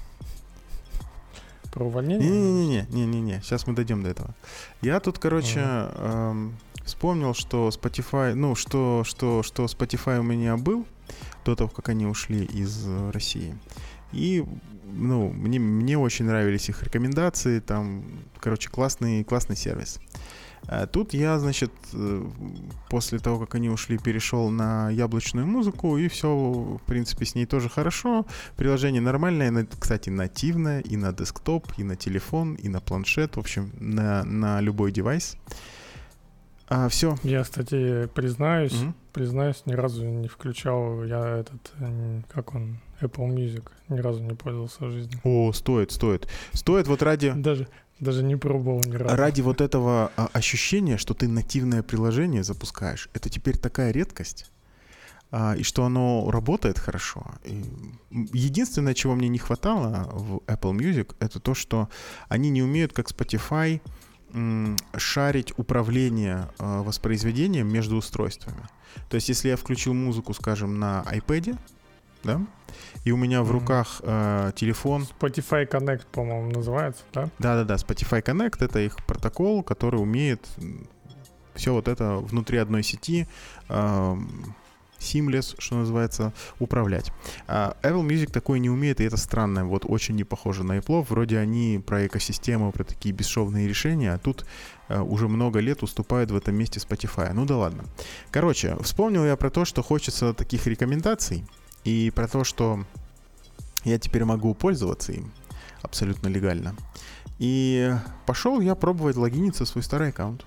Про увольнение? Не-не-не, сейчас мы дойдем до этого. Я тут, короче, uh-huh. эм, вспомнил, что Spotify, ну, что, что, что Spotify у меня был до того, как они ушли из России. И, ну, мне, мне очень нравились их рекомендации, там, короче, классный, классный сервис. А тут я, значит, после того, как они ушли, перешел на яблочную музыку, и все, в принципе, с ней тоже хорошо. Приложение нормальное, кстати, нативное и на десктоп, и на телефон, и на планшет, в общем, на, на любой девайс. А, все. Я, кстати, признаюсь, Угу. признаюсь, ни разу не включал я этот, как он, Apple Music, ни разу не пользовался в жизни. О, стоит, стоит. Стоит вот ради... Даже, даже не пробовал ни разу. Ради вот этого а, ощущения, что ты нативное приложение запускаешь, это теперь такая редкость, а, и что оно работает хорошо. И единственное, чего мне не хватало в Apple Music, это то, что они не умеют, как Spotify, м, шарить управление а, воспроизведением между устройствами. То есть, если я включил музыку, скажем, на iPad, да, и у меня в руках э, телефон. Spotify Connect, по-моему, называется, да? Да-да-да, Spotify Connect — это их протокол, который умеет все вот это внутри одной сети э, seamless, что называется, управлять. А Apple Music такое не умеет, и это странно, вот очень не похоже на Apple. Вроде они про экосистему, про такие бесшовные решения, а тут э, уже много лет уступают в этом месте Spotify. Ну да ладно. Короче, вспомнил я про то, что хочется таких рекомендаций, и про то, что я теперь могу пользоваться им абсолютно легально. И пошел я пробовать логиниться в свой старый аккаунт.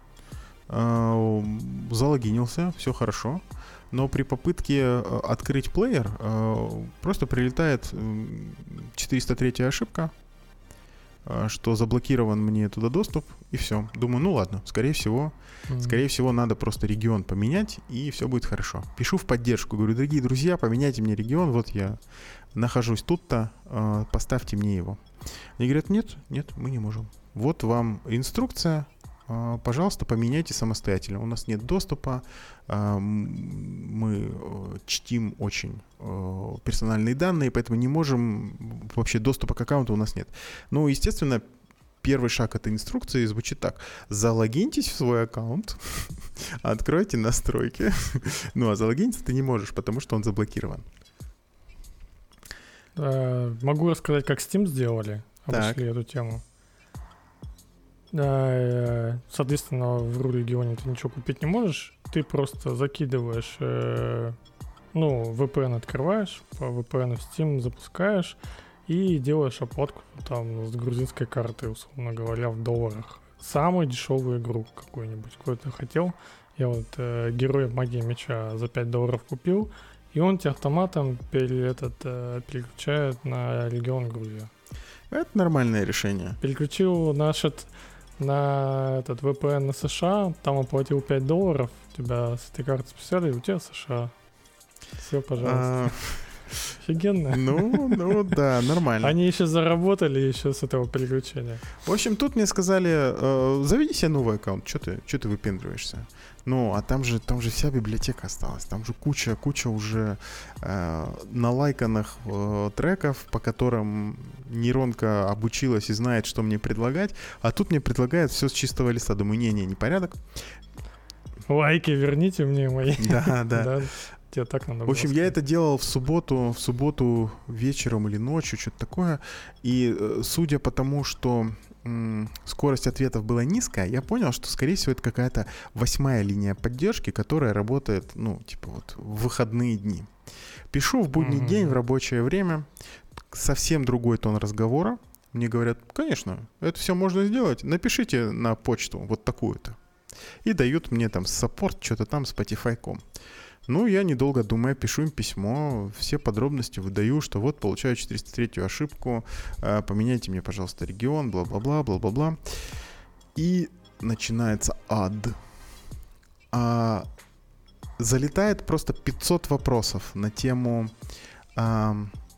Залогинился, все хорошо. Но при попытке открыть плеер просто прилетает четыреста третья ошибка, что заблокирован мне туда доступ, и все. Думаю, ну ладно, скорее всего, mm-hmm. скорее всего, надо просто регион поменять, и все будет хорошо. Пишу в поддержку, говорю, дорогие друзья, поменяйте мне регион, вот я нахожусь тут-то, э, поставьте мне его. Они говорят, нет, нет, мы не можем. Вот вам инструкция, э, пожалуйста, поменяйте самостоятельно. У нас нет доступа, э, мы э, чтим очень э, персональные данные, поэтому не можем, вообще доступа к аккаунту у нас нет. Ну, естественно, первый шаг этой инструкции звучит так. Залогиньтесь в свой аккаунт, откройте настройки. Ну, а залогиниться ты не можешь, потому что он заблокирован. Могу рассказать, как Steam сделали. Обошли эту тему. Соответственно, в эр у регионе ты ничего купить не можешь. Ты просто закидываешь, ну, ви пи эн открываешь, по ви пи эн в Steam запускаешь и делаешь оплатку там с грузинской карты, условно говоря, в долларах. Самую дешевую игру какую-нибудь, какую ты хотел. Я вот э, Героя Магии Меча за пять долларов купил, и он тебе автоматом пере, этот, э, переключает на регион Грузия. Это нормальное решение. Переключил наш, на этот ви пи эн на США, там оплатил пять долларов, тебя с этой карты списали, и у тебя США. Все, пожалуйста. Офигенно. Ну, ну да, нормально. Они еще заработали еще с этого переключения. В общем, тут мне сказали, э, заведи себе новый аккаунт, что ты, что ты выпендриваешься? Ну, а там же, там же вся библиотека осталась, там же куча, куча уже э, налайканных э, треков, по которым нейронка обучилась и знает, что мне предлагать, а тут мне предлагают все с чистого листа. Думаю, не-не, непорядок. Лайки верните мне мои. Да, да. Тебе так надо. В общем, я это делал в субботу, в субботу вечером или ночью, что-то такое. И э, судя по тому, что м- скорость ответов была низкая, я понял, что, скорее всего, это какая-то восьмая линия поддержки, которая работает, ну, типа вот в выходные дни. Пишу в будний mm-hmm. день, в рабочее время, совсем другой тон разговора. Мне говорят, конечно, это все можно сделать. Напишите на почту вот такую-то. И дают мне там саппорт, что-то там, Spotify точка ком. Ну, я, недолго думая, пишу им письмо, все подробности выдаю, что вот, получаю четыреста третью ошибку, э, поменяйте мне, пожалуйста, регион, бла-бла-бла, бла-бла-бла. И начинается ад. А, залетает просто пятьсот вопросов на тему... А,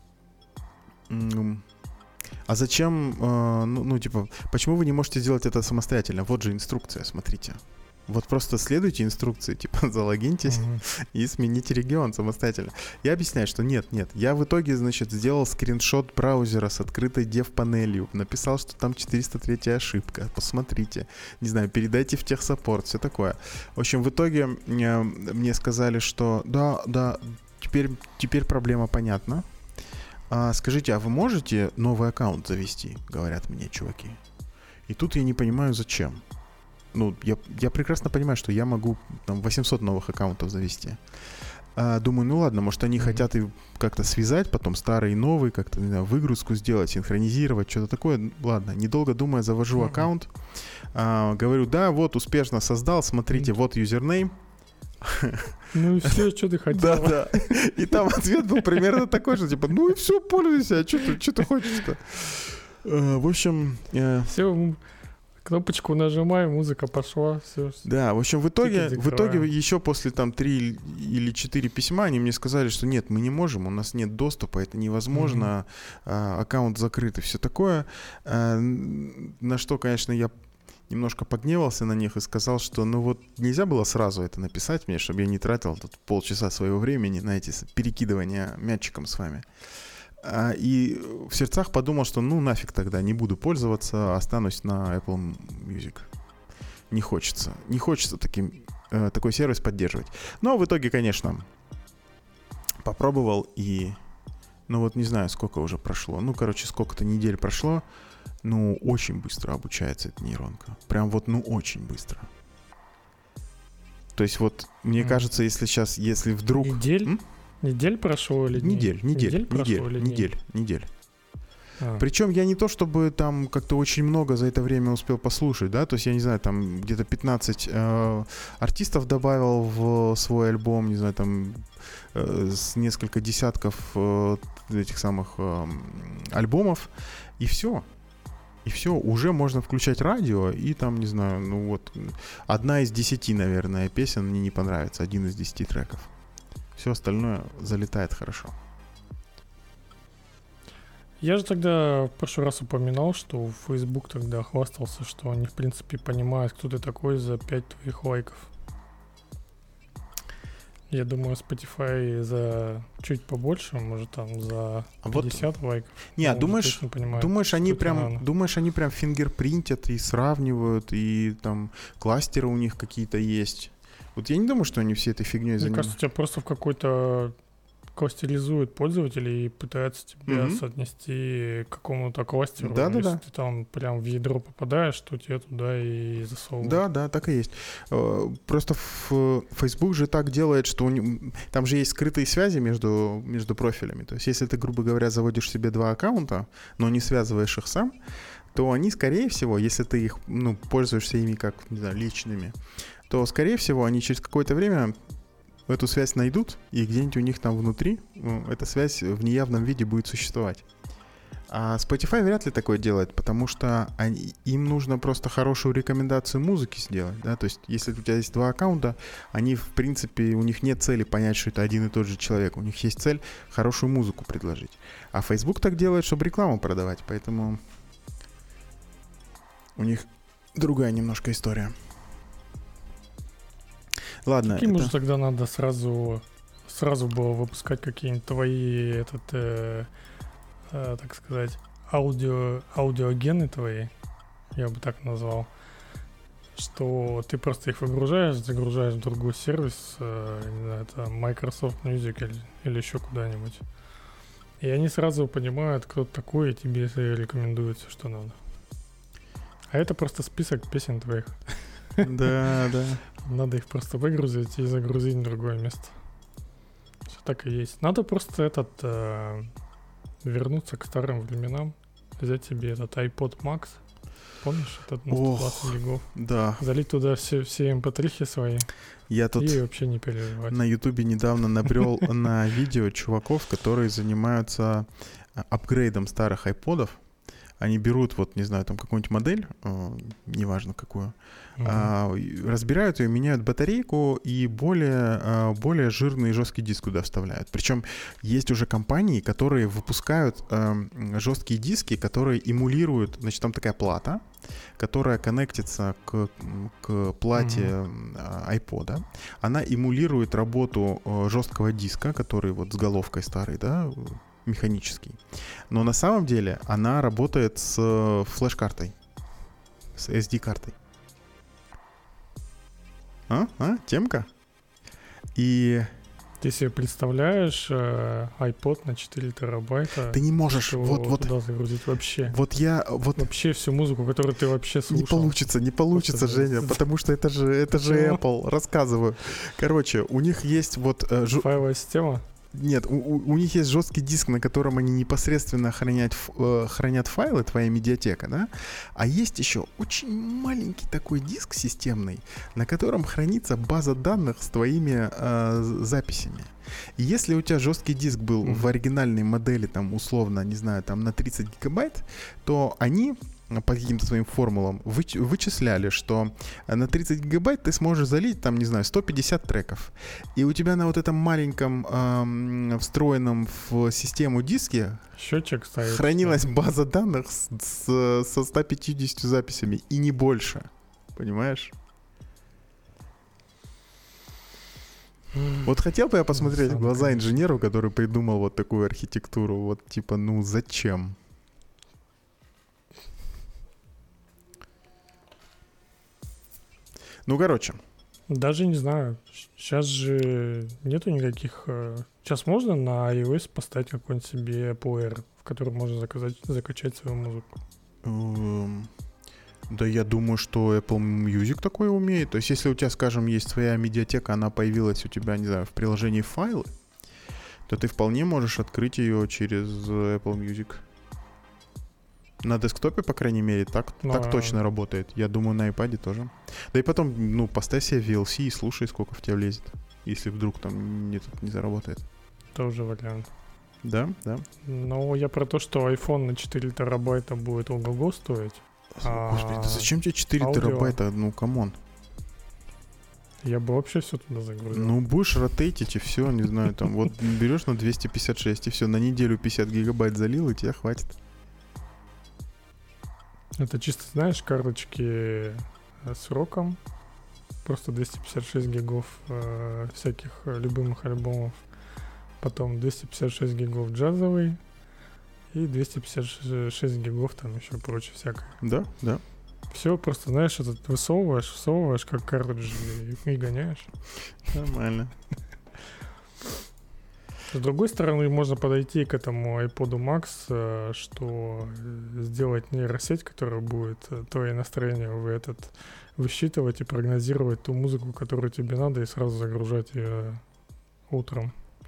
м- а зачем, э, ну, ну, типа, почему вы не можете сделать это самостоятельно? Вот же инструкция, смотрите. Вот просто следуйте инструкции, типа залогиньтесь mm-hmm. и смените регион самостоятельно. Я объясняю, что нет, нет. Я в итоге, значит, сделал скриншот браузера с открытой дев-панелью, написал, что там четыреста третья ошибка. Посмотрите. Не знаю, передайте в техсаппорт, все такое. В общем, в итоге мне, мне сказали, что да, да, теперь, теперь проблема понятна. А, скажите, а вы можете новый аккаунт завести? Говорят мне чуваки. И тут я не понимаю, зачем. ну, я, я прекрасно понимаю, что я могу там восемьсот новых аккаунтов завести. А, думаю, ну ладно, может, они mm-hmm. хотят и как-то связать, потом старый и новый, как-то, не знаю, выгрузку сделать, синхронизировать, что-то такое. Ладно, недолго думая, завожу mm-hmm. аккаунт. А, говорю, да, вот, успешно создал, смотрите, mm-hmm. вот юзернейм. Ну и все, что ты хотел. Да, да. И там ответ был примерно такой же, типа, ну и все, пользуйся, а что ты, что ты хочешь-то? А, в общем... Все... Кнопочку нажимай, музыка пошла, все. Да, в общем, в итоге, в итоге еще после там три или четыре письма они мне сказали, что нет, мы не можем, у нас нет доступа, это невозможно, mm-hmm. а, аккаунт закрыт и все такое. А, на что, конечно, я немножко погневался на них и сказал, что ну вот нельзя было сразу это написать мне, чтобы я не тратил тут полчаса своего времени на эти перекидывания мячиком с вами. И в сердцах подумал, что ну нафиг тогда, не буду пользоваться, останусь на Apple Music. Не хочется. Не хочется таким, э, такой сервис поддерживать. Но в итоге, конечно, попробовал и... Ну вот не знаю, сколько уже прошло. Ну, короче, сколько-то недель прошло. Ну, очень быстро обучается эта нейронка. Прям вот, ну, очень быстро. То есть вот, мне mm. кажется, если сейчас, если вдруг... Недель? М? Недель прошло или дней? Недель, недель, недель, прошло недель, или недель, недель. А. Причем я не то, чтобы там как-то очень много за это время успел послушать, да, то есть я не знаю, там где-то пятнадцать э, артистов добавил в свой альбом, не знаю, там э, с несколько десятков э, этих самых э, альбомов, и все. И все, уже можно включать радио, и там, не знаю, ну вот, одна из десяти, наверное, песен мне не понравится, один из десяти треков. Все остальное залетает хорошо. Я же тогда в прошлый раз упоминал, что Facebook тогда хвастался, что они, в принципе, понимают, кто ты такой за пять твоих лайков. Я думаю, Spotify за чуть побольше, может, там за пятьдесят а вот... лайков. Не, а думаешь, понимают, думаешь, они прям, думаешь, они прям фингерпринтят и сравнивают, и там кластеры у них какие-то есть. Вот я не думаю, что они все этой фигней занимаются. Мне кажется, тебя просто в какой-то кластеризуют пользователей и пытаются тебя mm-hmm. соотнести к какому-то кластеру. Да, да, Если да. ты там прям в ядро попадаешь, то тебя туда и засовывают. Да, да, так и есть. Просто Facebook же так делает, что у него... там же есть скрытые связи между, между профилями. То есть если ты, грубо говоря, заводишь себе два аккаунта, но не связываешь их сам, то они, скорее всего, если ты их, ну, пользуешься ими как, не знаю, личными, то, скорее всего, они через какое-то время эту связь найдут, и где-нибудь у них там внутри ну, эта связь в неявном виде будет существовать. А Spotify вряд ли такое делает, потому что они, им нужно просто хорошую рекомендацию музыки сделать, да, то есть если у тебя есть два аккаунта, они, в принципе, у них нет цели понять, что это один и тот же человек, у них есть цель хорошую музыку предложить. А Facebook так делает, чтобы рекламу продавать, поэтому у них другая немножко история. Ладно. Каким это... же тогда надо сразу, сразу было выпускать какие-нибудь твои, этот, э, э, так сказать, аудио, аудиогены твои, я бы так назвал, что ты просто их выгружаешь, загружаешь в другой сервис, э, не знаю, это Microsoft Music или, или еще куда-нибудь. И они сразу понимают, кто ты такой, и тебе рекомендуют все, что надо. А это просто список песен твоих. Да, да. Надо их просто выгрузить и загрузить в другое место. Все так и есть. Надо просто этот э, вернуться к старым временам, взять себе этот iPod Max. Помнишь, этот на сто двадцать гигов? Да. Залить туда все, все эм пэ три свои. Я тут и вообще не переживать. На Ютубе недавно набрел на видео чуваков, которые занимаются апгрейдом старых айподов. Они берут, вот, не знаю, там какую-нибудь модель, э, неважно какую, mm-hmm. э, разбирают ее, меняют батарейку и более, э, более жирный и жесткий диск туда вставляют. Причем есть уже компании, которые выпускают э, жесткие диски, которые эмулируют, значит, там такая плата, которая коннектится к, к плате mm-hmm. айпода. Она эмулирует работу э, жесткого диска, который вот с головкой старый, да, механический. Но на самом деле она работает с флеш-картой, с эс ди-картой. А? А? Темка? И... Ты себе представляешь э, iPod на четыре терабайта? Ты не можешь, вот, вот, туда загрузить вообще. Вот я, вот вообще всю музыку, которую ты вообще слушал. Не получится, не получится, Просто Женя, да. потому что это же, это же Apple. Рассказываю. Короче, у них есть вот э, жу... файловая система. Нет, у, у них есть жесткий диск, на котором они непосредственно хранят, э, хранят файлы, твоя медиатека, да? А есть еще очень маленький такой диск системный, на котором хранится база данных с твоими э, записями. И если у тебя жесткий диск был mm-hmm. в оригинальной модели, там, условно, не знаю, там, на тридцать гигабайт, то они по каким-то своим формулам выч- вычисляли, что на тридцать гигабайт ты сможешь залить, там, не знаю, сто пятьдесят треков. И у тебя на вот этом маленьком эм, встроенном в систему диске счетчик стоит, хранилась что? база данных с, с, со ста пятьюдесятью записями, и не больше. Понимаешь? Вот хотел бы я посмотреть в глаза инженеру, который придумал вот такую архитектуру. Вот типа, ну зачем? Ну, короче. Даже не знаю. Сейчас же нету никаких... Сейчас можно на iOS поставить какой-нибудь себе плеер, в котором можно заказать, закачать свою музыку? Um, да я думаю, что Apple Music такое умеет. То есть, если у тебя, скажем, есть своя медиатека, она появилась у тебя, не знаю, в приложении файлы, то ты вполне можешь открыть ее через Apple Music. На десктопе, по крайней мере, так, Но... так точно работает. Я думаю, на iPad тоже. Да и потом, ну, поставь себе ви эл си и слушай, сколько в тебя влезет. Если вдруг там не, не заработает. Тоже вариант. Да, да. Но я про то, что iPhone на четыре терабайта будет ого-го стоить. Господи, да зачем тебе четыре аудио? Терабайта? Ну, камон. Я бы вообще все туда загрузил. Ну, будешь ротейтить и все, не знаю, там, вот берешь на двести пятьдесят шесть и все, на неделю пятьдесят гигабайт залил, и тебе хватит. Это чисто, знаешь, карточки с роком. Просто двести пятьдесят шесть гигов э, всяких любимых альбомов. Потом двести пятьдесят шесть гигов джазовый. И двести пятьдесят шесть гигов там еще прочее всякое. Да, да. Все, просто, знаешь, этот высовываешь, всовываешь, как картридж, и, и гоняешь. Нормально. С другой стороны, можно подойти к этому iPod Max, что сделать нейросеть, которая будет твои настроения в этот высчитывать и прогнозировать ту музыку, которую тебе надо, и сразу загружать ее утром.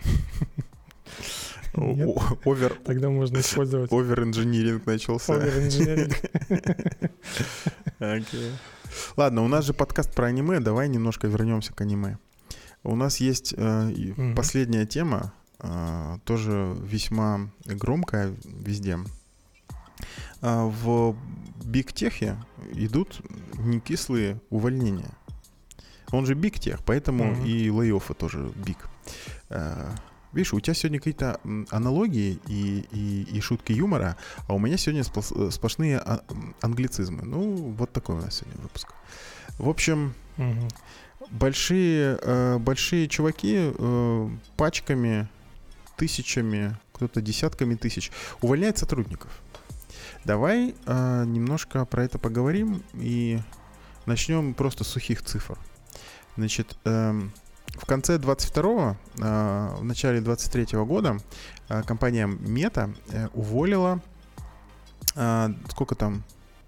Овер... Тогда можно использовать... Овер-инжиниринг начался. Овер-инжиниринг. Okay. Ладно, у нас же подкаст про аниме, давай немножко вернемся к аниме. У нас есть э, mm-hmm. последняя тема, э, тоже весьма громкая везде. Э, в бигтехе идут некислые увольнения. Он же бигтех, поэтому mm-hmm. и лей-оффы тоже биг. Э, Видишь, у тебя сегодня какие-то аналогии и, и, и шутки юмора, а у меня сегодня сплошные англицизмы. Ну, вот такой у нас сегодня выпуск. В общем, угу. большие, э, большие чуваки э, пачками, тысячами, кто-то десятками тысяч увольняют сотрудников. Давай э, немножко про это поговорим и начнем просто с сухих цифр. Значит, э, в конце двадцать второго, э, в начале двадцать третьего года э, компания Meta э, уволила э, сколько там?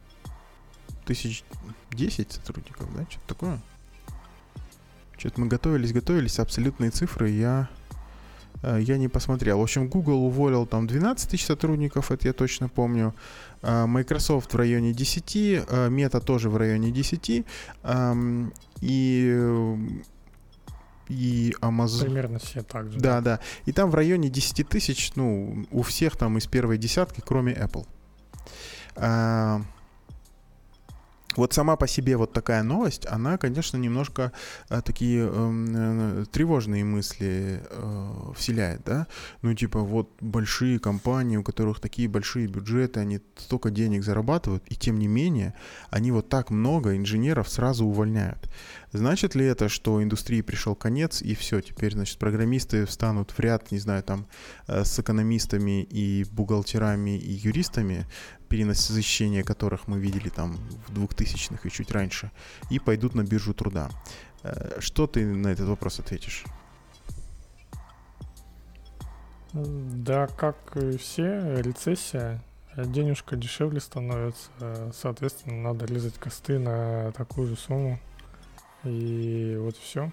Тысяч десять сотрудников, да? Что-то такое. Что-то мы готовились, готовились, абсолютные цифры я, э, я не посмотрел. В общем, Google уволил там двенадцать тысяч сотрудников, это я точно помню. Э, Microsoft в районе десять, э, Meta тоже в районе десять. Э, и... И Amazon. Примерно все так же. Да, да. И там в районе десять тысяч, ну, у всех там из первой десятки, кроме Apple. А, вот сама по себе вот такая новость, она, конечно, немножко а, такие э, тревожные мысли э, вселяет, да? Ну, типа, вот большие компании, у которых такие большие бюджеты, они столько денег зарабатывают, и тем не менее, они вот так много инженеров сразу увольняют. Значит ли это, что индустрии пришел конец, и все, теперь, значит, программисты встанут в ряд, не знаю, там, с экономистами и бухгалтерами и юристами, перенасыщение которых мы видели там в двухтысячных и чуть раньше, и пойдут на биржу труда? Что ты на этот вопрос ответишь? Да, как и все, рецессия, денежка дешевле становится, соответственно, надо резать косты на такую же сумму. И вот все.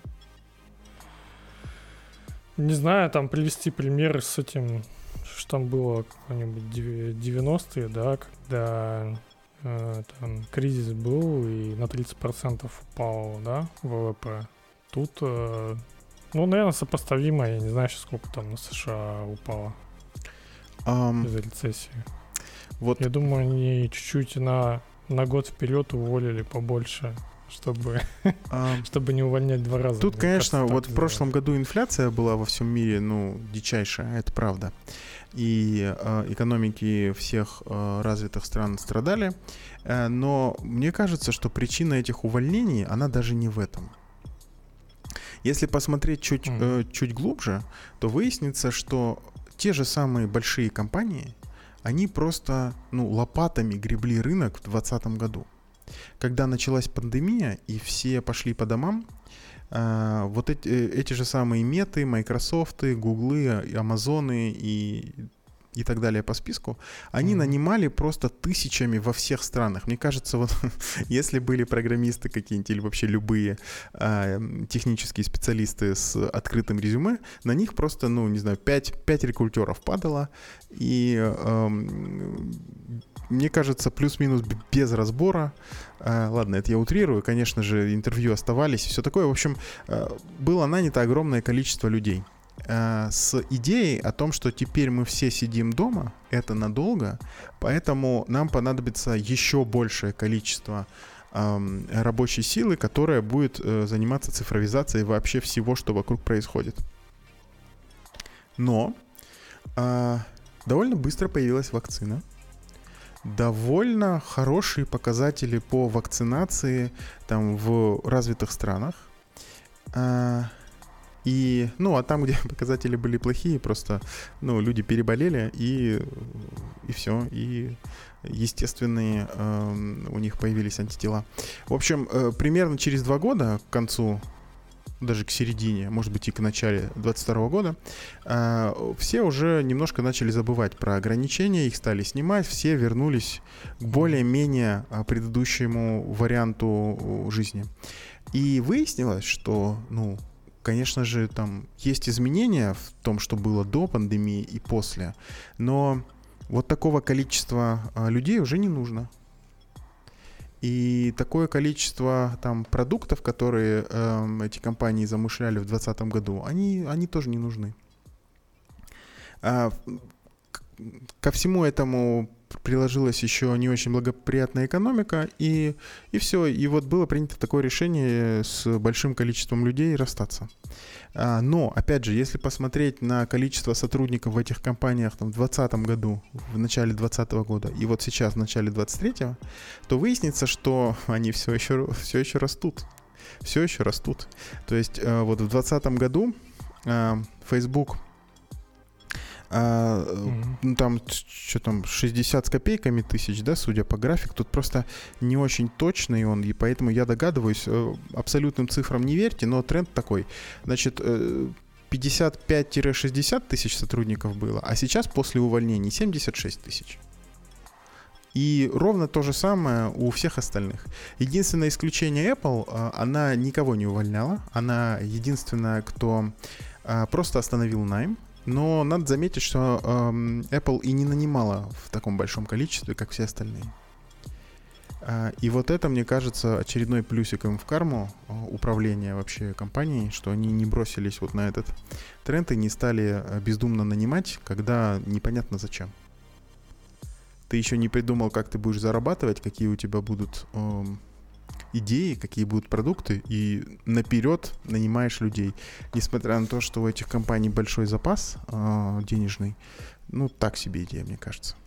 Не знаю, там привести примеры с этим, что там было какой-нибудь девяностые, да, когда э, там кризис был и на тридцать процентов упал, да, ВВП. Тут, э, ну, наверное, сопоставимо, я не знаю, сейчас сколько там на США упало um, из-за рецессии. Вот. Я думаю, они чуть-чуть на, на год вперед уволили побольше, чтобы, а, чтобы не увольнять два раза. Тут, конечно, кажется, вот в прошлом году инфляция была во всем мире, ну, дичайшая, это правда. И э, экономики всех э, развитых стран страдали. Э, но мне кажется, что причина этих увольнений, она даже не в этом. Если посмотреть чуть, mm. э, чуть глубже, то выяснится, что те же самые большие компании, они просто, ну, лопатами гребли рынок в двадцатом году. Когда началась пандемия и все пошли по домам, э, вот эти, эти же самые Меты, Майкрософты, Гуглы, Амазоны и, и так далее по списку, они mm-hmm. нанимали просто тысячами во всех странах. Мне кажется, вот если были программисты какие-нибудь или вообще любые э, технические специалисты с открытым резюме, на них просто, ну, не знаю, пять рекрутеров падало, и э, мне кажется, плюс-минус без разбора. Uh, ладно, это я утрирую. Конечно же, интервью оставались и все такое. В общем, uh, было нанято огромное количество людей uh, с идеей о том, что теперь мы все сидим дома, это надолго, поэтому нам понадобится еще большее количество um, рабочей силы, которая будет uh, заниматься цифровизацией вообще всего, что вокруг происходит. Но uh, довольно быстро появилась вакцина. Довольно хорошие показатели по вакцинации там в развитых странах. А, и, ну, а там, где показатели были плохие, просто, ну, люди переболели, и, и все, и естественные э, у них появились антитела. В общем, э, примерно через два года, к концу, даже к середине, может быть, и к начале двадцать второго года, э, все уже немножко начали забывать про ограничения, их стали снимать, все вернулись к более-менее предыдущему варианту жизни. И выяснилось, что, ну, конечно же, там есть изменения в том, что было до пандемии и после, но вот такого количества людей уже не нужно. И такое количество там продуктов, которые э, эти компании замышляли в двадцатом году, они, они тоже не нужны. А, к, ко всему этому приложилась еще не очень благоприятная экономика, и, и все. И вот было принято такое решение с большим количеством людей расстаться. А, но, опять же, если посмотреть на количество сотрудников в этих компаниях там, в двадцатом году, в начале двадцатого года, и вот сейчас, в начале двадцать третьего, то выяснится, что они все еще, все еще растут. Все еще растут. То есть э, вот в двадцатом году э, Facebook А, mm-hmm. ну, там, что там, шестьдесят с копейками тысяч, да, судя по графику. Тут просто не очень точный он, и поэтому я догадываюсь, абсолютным цифрам не верьте, но тренд такой. Значит, пятьдесят пять - шестьдесят тысяч сотрудников было, а сейчас после увольнений семьдесят шесть тысяч. И ровно то же самое у всех остальных. Единственное исключение Apple, она никого не увольняла, она единственная, кто просто остановил найм. Но надо заметить, что э, Apple и не нанимала в таком большом количестве, как все остальные. Э, и вот это, мне кажется, очередной плюсиком в карму э, управления вообще компанией, что они не бросились вот на этот тренд и не стали бездумно нанимать, когда непонятно зачем. Ты еще не придумал, как ты будешь зарабатывать, какие у тебя будут э, идеи, какие будут продукты, и наперед нанимаешь людей. Несмотря на то, что у этих компаний большой запас э, денежный, ну, так себе идея, мне кажется.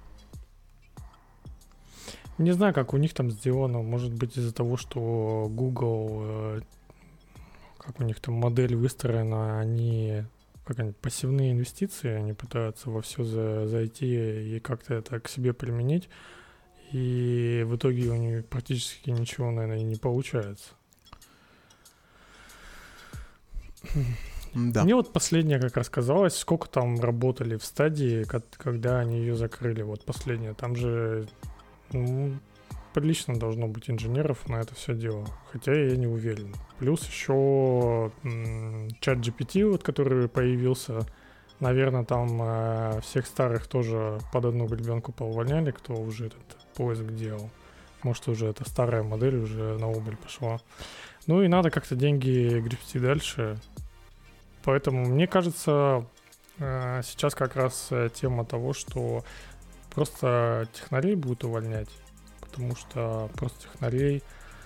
Не знаю, как у них там сделано. Может быть, из-за того, что Google, э, как у них там модель выстроена, они, как они, пассивные инвестиции, они пытаются во все за, зайти и как-то это к себе применить. И в итоге у них практически ничего, наверное, не получается. Да. Мне вот последняя как раз казалось, сколько там работали в стадии, когда они ее закрыли. Вот последняя. Там же ну, прилично должно быть инженеров на это все дело. Хотя я не уверен. Плюс еще чат джи пи ти, вот, который появился, наверное, там э, всех старых тоже под одну гребенку поувольняли, кто уже этот поиск делал. Может, уже эта старая модель уже на убыль пошла. Ну и надо как-то деньги гребсти дальше. Поэтому, мне кажется, э, сейчас как раз тема того, что просто технарей будут увольнять. Потому что просто технарей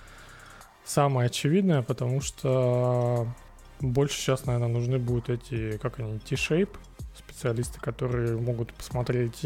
самое очевидное, потому что больше сейчас, наверное, нужны будут эти, как они, T-shape специалисты, которые могут посмотреть,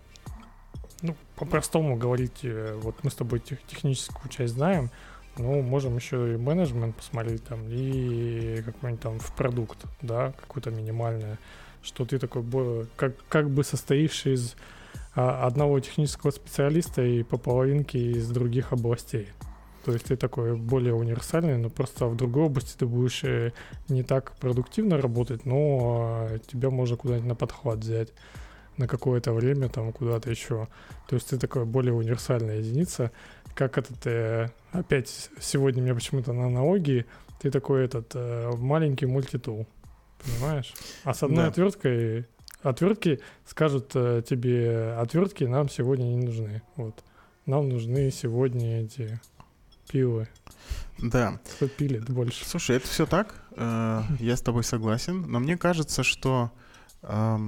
ну, по-простому говорить, вот мы с тобой тех, техническую часть знаем, но можем еще и менеджмент посмотреть там, и какой-нибудь там в продукт, да, какое-то минимальное, что ты такой, как, как бы состоишь из а, одного технического специалиста и по половинке из других областей. То есть ты такой более универсальный, но просто в другой области ты будешь не так продуктивно работать, но тебя можно куда-нибудь на подхват взять на какое-то время, там куда-то еще. То есть ты такой более универсальная единица. Как этот, э, опять сегодня мне почему-то на аналогии, ты такой этот э, маленький мультитул, понимаешь? А с одной да. отверткой, отвертки скажут э, тебе, отвертки нам сегодня не нужны. Вот. Нам нужны сегодня эти... пилы. Да. Кто пилит больше. Слушай, это все так. Э, я с тобой согласен. Но мне кажется, что, э,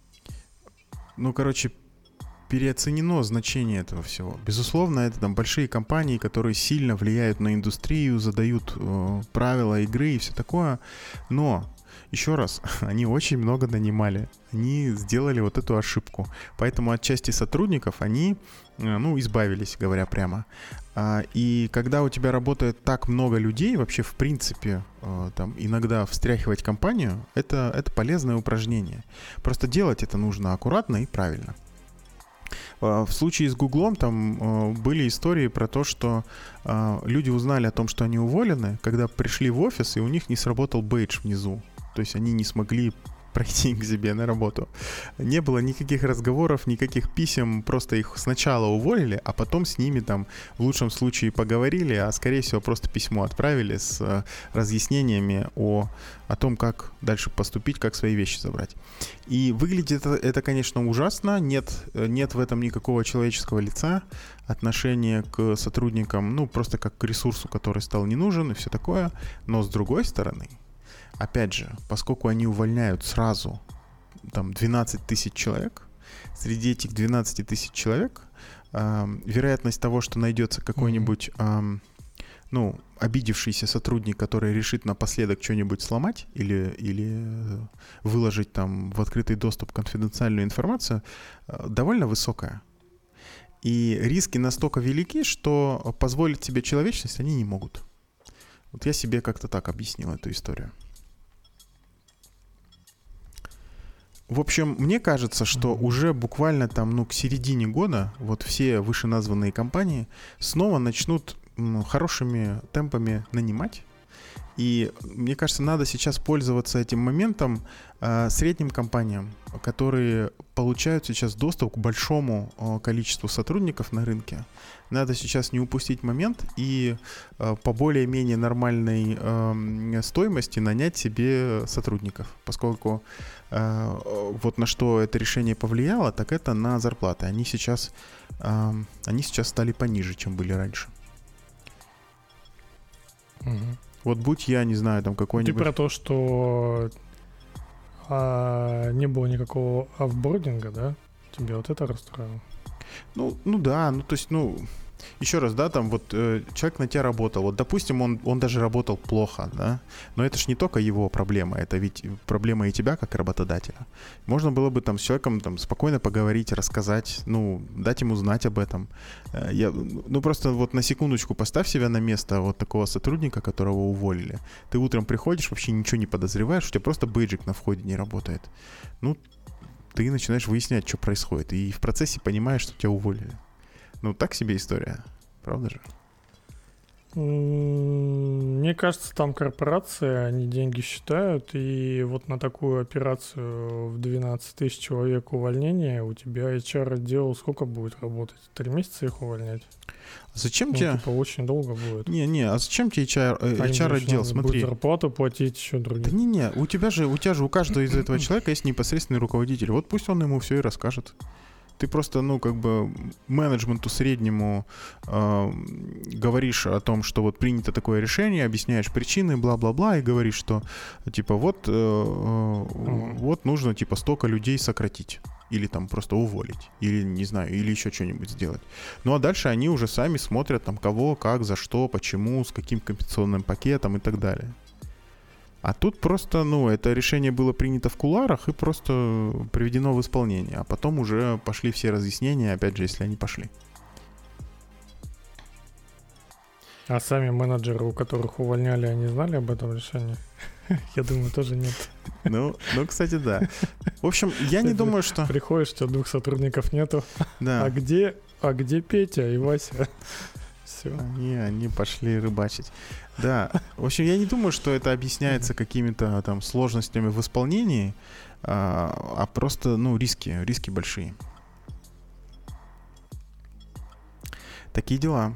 ну, короче, переоценено значение этого всего. Безусловно, это там большие компании, которые сильно влияют на индустрию, задают э, правила игры и все такое. Но, еще раз, они очень много нанимали. Они сделали вот эту ошибку. Поэтому от части сотрудников они, э, ну, избавились, говоря прямо. А, и когда у тебя работает так много людей, вообще, в принципе, э, там, иногда встряхивать компанию, это, это полезное упражнение. Просто делать это нужно аккуратно и правильно. В случае с Гуглом там э, были истории про то, что э, люди узнали о том, что они уволены, когда пришли в офис, и у них не сработал бейдж внизу. То есть они не смогли пройти к себе на работу. Не было никаких разговоров, никаких писем, просто их сначала уволили, а потом с ними там в лучшем случае поговорили, а скорее всего просто письмо отправили с э, разъяснениями о, о том, как дальше поступить, как свои вещи забрать. И выглядит это, это конечно, ужасно, нет, нет в этом никакого человеческого лица, отношение к сотрудникам, ну, просто как к ресурсу, который стал не нужен и все такое, но с другой стороны, опять же, поскольку они увольняют сразу там двенадцать тысяч человек, среди этих двенадцать тысяч человек э, вероятность того, что найдется какой-нибудь э, ну, обидевшийся сотрудник, который решит напоследок что-нибудь сломать или, или выложить там в открытый доступ конфиденциальную информацию, э, довольно высокая. И риски настолько велики, что позволить себе человечность они не могут. Вот я себе как-то так объяснил эту историю. В общем, мне кажется, что mm-hmm. уже буквально там, ну, к середине года вот все вышеназванные компании снова начнут ну, хорошими темпами нанимать. И мне кажется, надо сейчас пользоваться этим моментом э, средним компаниям, которые получают сейчас доступ к большому э, количеству сотрудников на рынке. Надо сейчас не упустить момент и э, по более-менее нормальной э, стоимости нанять себе сотрудников. Поскольку э, вот на что это решение повлияло, так это на зарплаты. Они сейчас, э, они сейчас стали пониже, чем были раньше. Mm-hmm. Вот будь я, не знаю, там какой-нибудь... Ты про то, что а, не было никакого офбординга, да? Тебя вот это расстроило? Ну, ну да, ну то есть, ну... Еще раз, да, там вот э, человек на тебя работал, вот допустим, он, он даже работал плохо, да, но это ж не только его проблема, это ведь проблема и тебя как работодателя. Можно было бы там с человеком там спокойно поговорить, рассказать, ну, дать ему знать об этом. Э, я, ну, просто вот на секундочку поставь себя на место вот такого сотрудника, которого уволили. Ты утром приходишь, вообще ничего не подозреваешь, у тебя просто бейджик на входе не работает. Ну, ты начинаешь выяснять, что происходит, и в процессе понимаешь, что тебя уволили. Ну, так себе история, правда же? Мне кажется, там корпорации, они деньги считают, и вот на такую операцию в двенадцать тысяч человек увольнения у тебя эйч ар-отдел сколько будет работать? Три месяца их увольнять? Зачем ну, тебе... типа очень долго будет. Не-не, а зачем тебе эйч ар-отдел? Смотри. Будет зарплату платить еще другим. Да не-не, у тебя же, у тебя же у каждого из этого человека есть непосредственный руководитель. Вот пусть он ему все и расскажет. Ты просто, ну, как бы менеджменту среднему э, говоришь о том, что вот принято такое решение, объясняешь причины, бла-бла-бла, и говоришь, что, типа, вот, э, mm-hmm. вот нужно, типа, столько людей сократить. Или там просто уволить. Или, не знаю, или еще что-нибудь сделать. Ну, а дальше они уже сами смотрят, там, кого, как, за что, почему, с каким компенсационным пакетом и так далее. А тут просто, ну, это решение было принято в кулуарах и просто приведено в исполнение. А потом уже пошли все разъяснения, опять же, если они пошли. А сами менеджеры, у которых увольняли, они знали об этом решении? Я думаю, тоже нет. Ну, ну, кстати, да. В общем, я не думаю, что... Приходишь, что двух сотрудников нету. Да. А где, а где Петя и Вася? Все. Они, они пошли рыбачить. Да. В общем, я не думаю, что это объясняется какими-то там сложностями в исполнении, а, а просто, ну, риски, риски большие. Такие дела.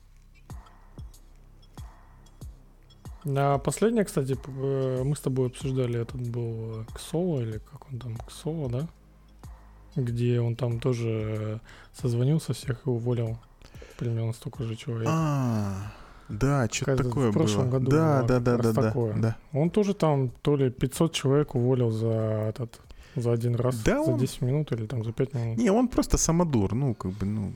А последнее, кстати, мы с тобой обсуждали, этот был Ксоло, или как он там, Ксоло, да? Где он там тоже созвонился всех и уволил примерно столько же человек. А, да, что-то такое в прошлом было. году Да, было да, да, да, такое. да, да. Он тоже там то ли пятьсот человек уволил за этот, за один раз, да за он... десять минут или там за пять минут. Не, он просто самодур, ну, как бы, ну...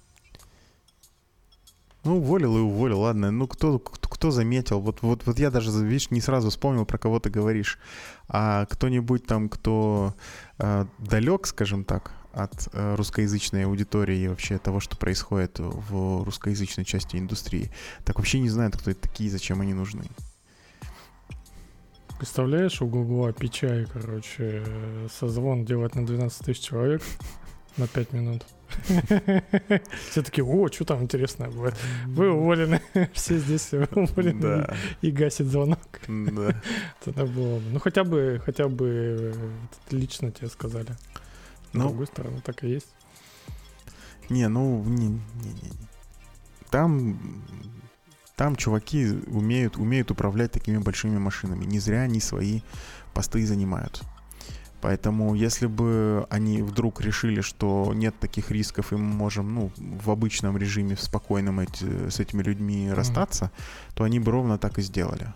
Ну, уволил и уволил, ладно. Ну, кто, кто, кто заметил? Вот, вот, вот я даже, видишь, не сразу вспомнил, про кого ты говоришь. А кто-нибудь там, кто э, далек, скажем так, от э, русскоязычной аудитории и вообще того, что происходит в русскоязычной части индустрии, так вообще не знает, кто это такие, зачем они нужны. Представляешь, у Гугла печай, короче, созвон делать на двенадцать тысяч человек на пять минут. Все такие, о, что там интересное будет. Вы уволены, все здесь уволены, да. И гасит звонок. Да. Тогда было бы. Ну, хотя бы, хотя бы лично тебе сказали. С ну, другой стороны, так и есть. Не, ну, не, не, не. Там, там чуваки умеют, умеют управлять такими большими машинами. Не зря они свои посты занимают. Поэтому, если бы они вдруг решили, что нет таких рисков, и мы можем, ну, в обычном режиме, в спокойном эти, с этими людьми mm-hmm. расстаться, то они бы ровно так и сделали.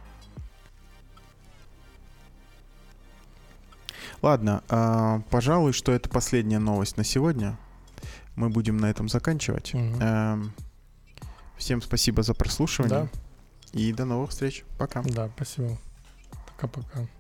Ладно, э, пожалуй, что это последняя новость на сегодня. Мы будем на этом заканчивать. Mm-hmm. Э, всем спасибо за прослушивание. Да. И до новых встреч. Пока. Да, спасибо. Пока-пока.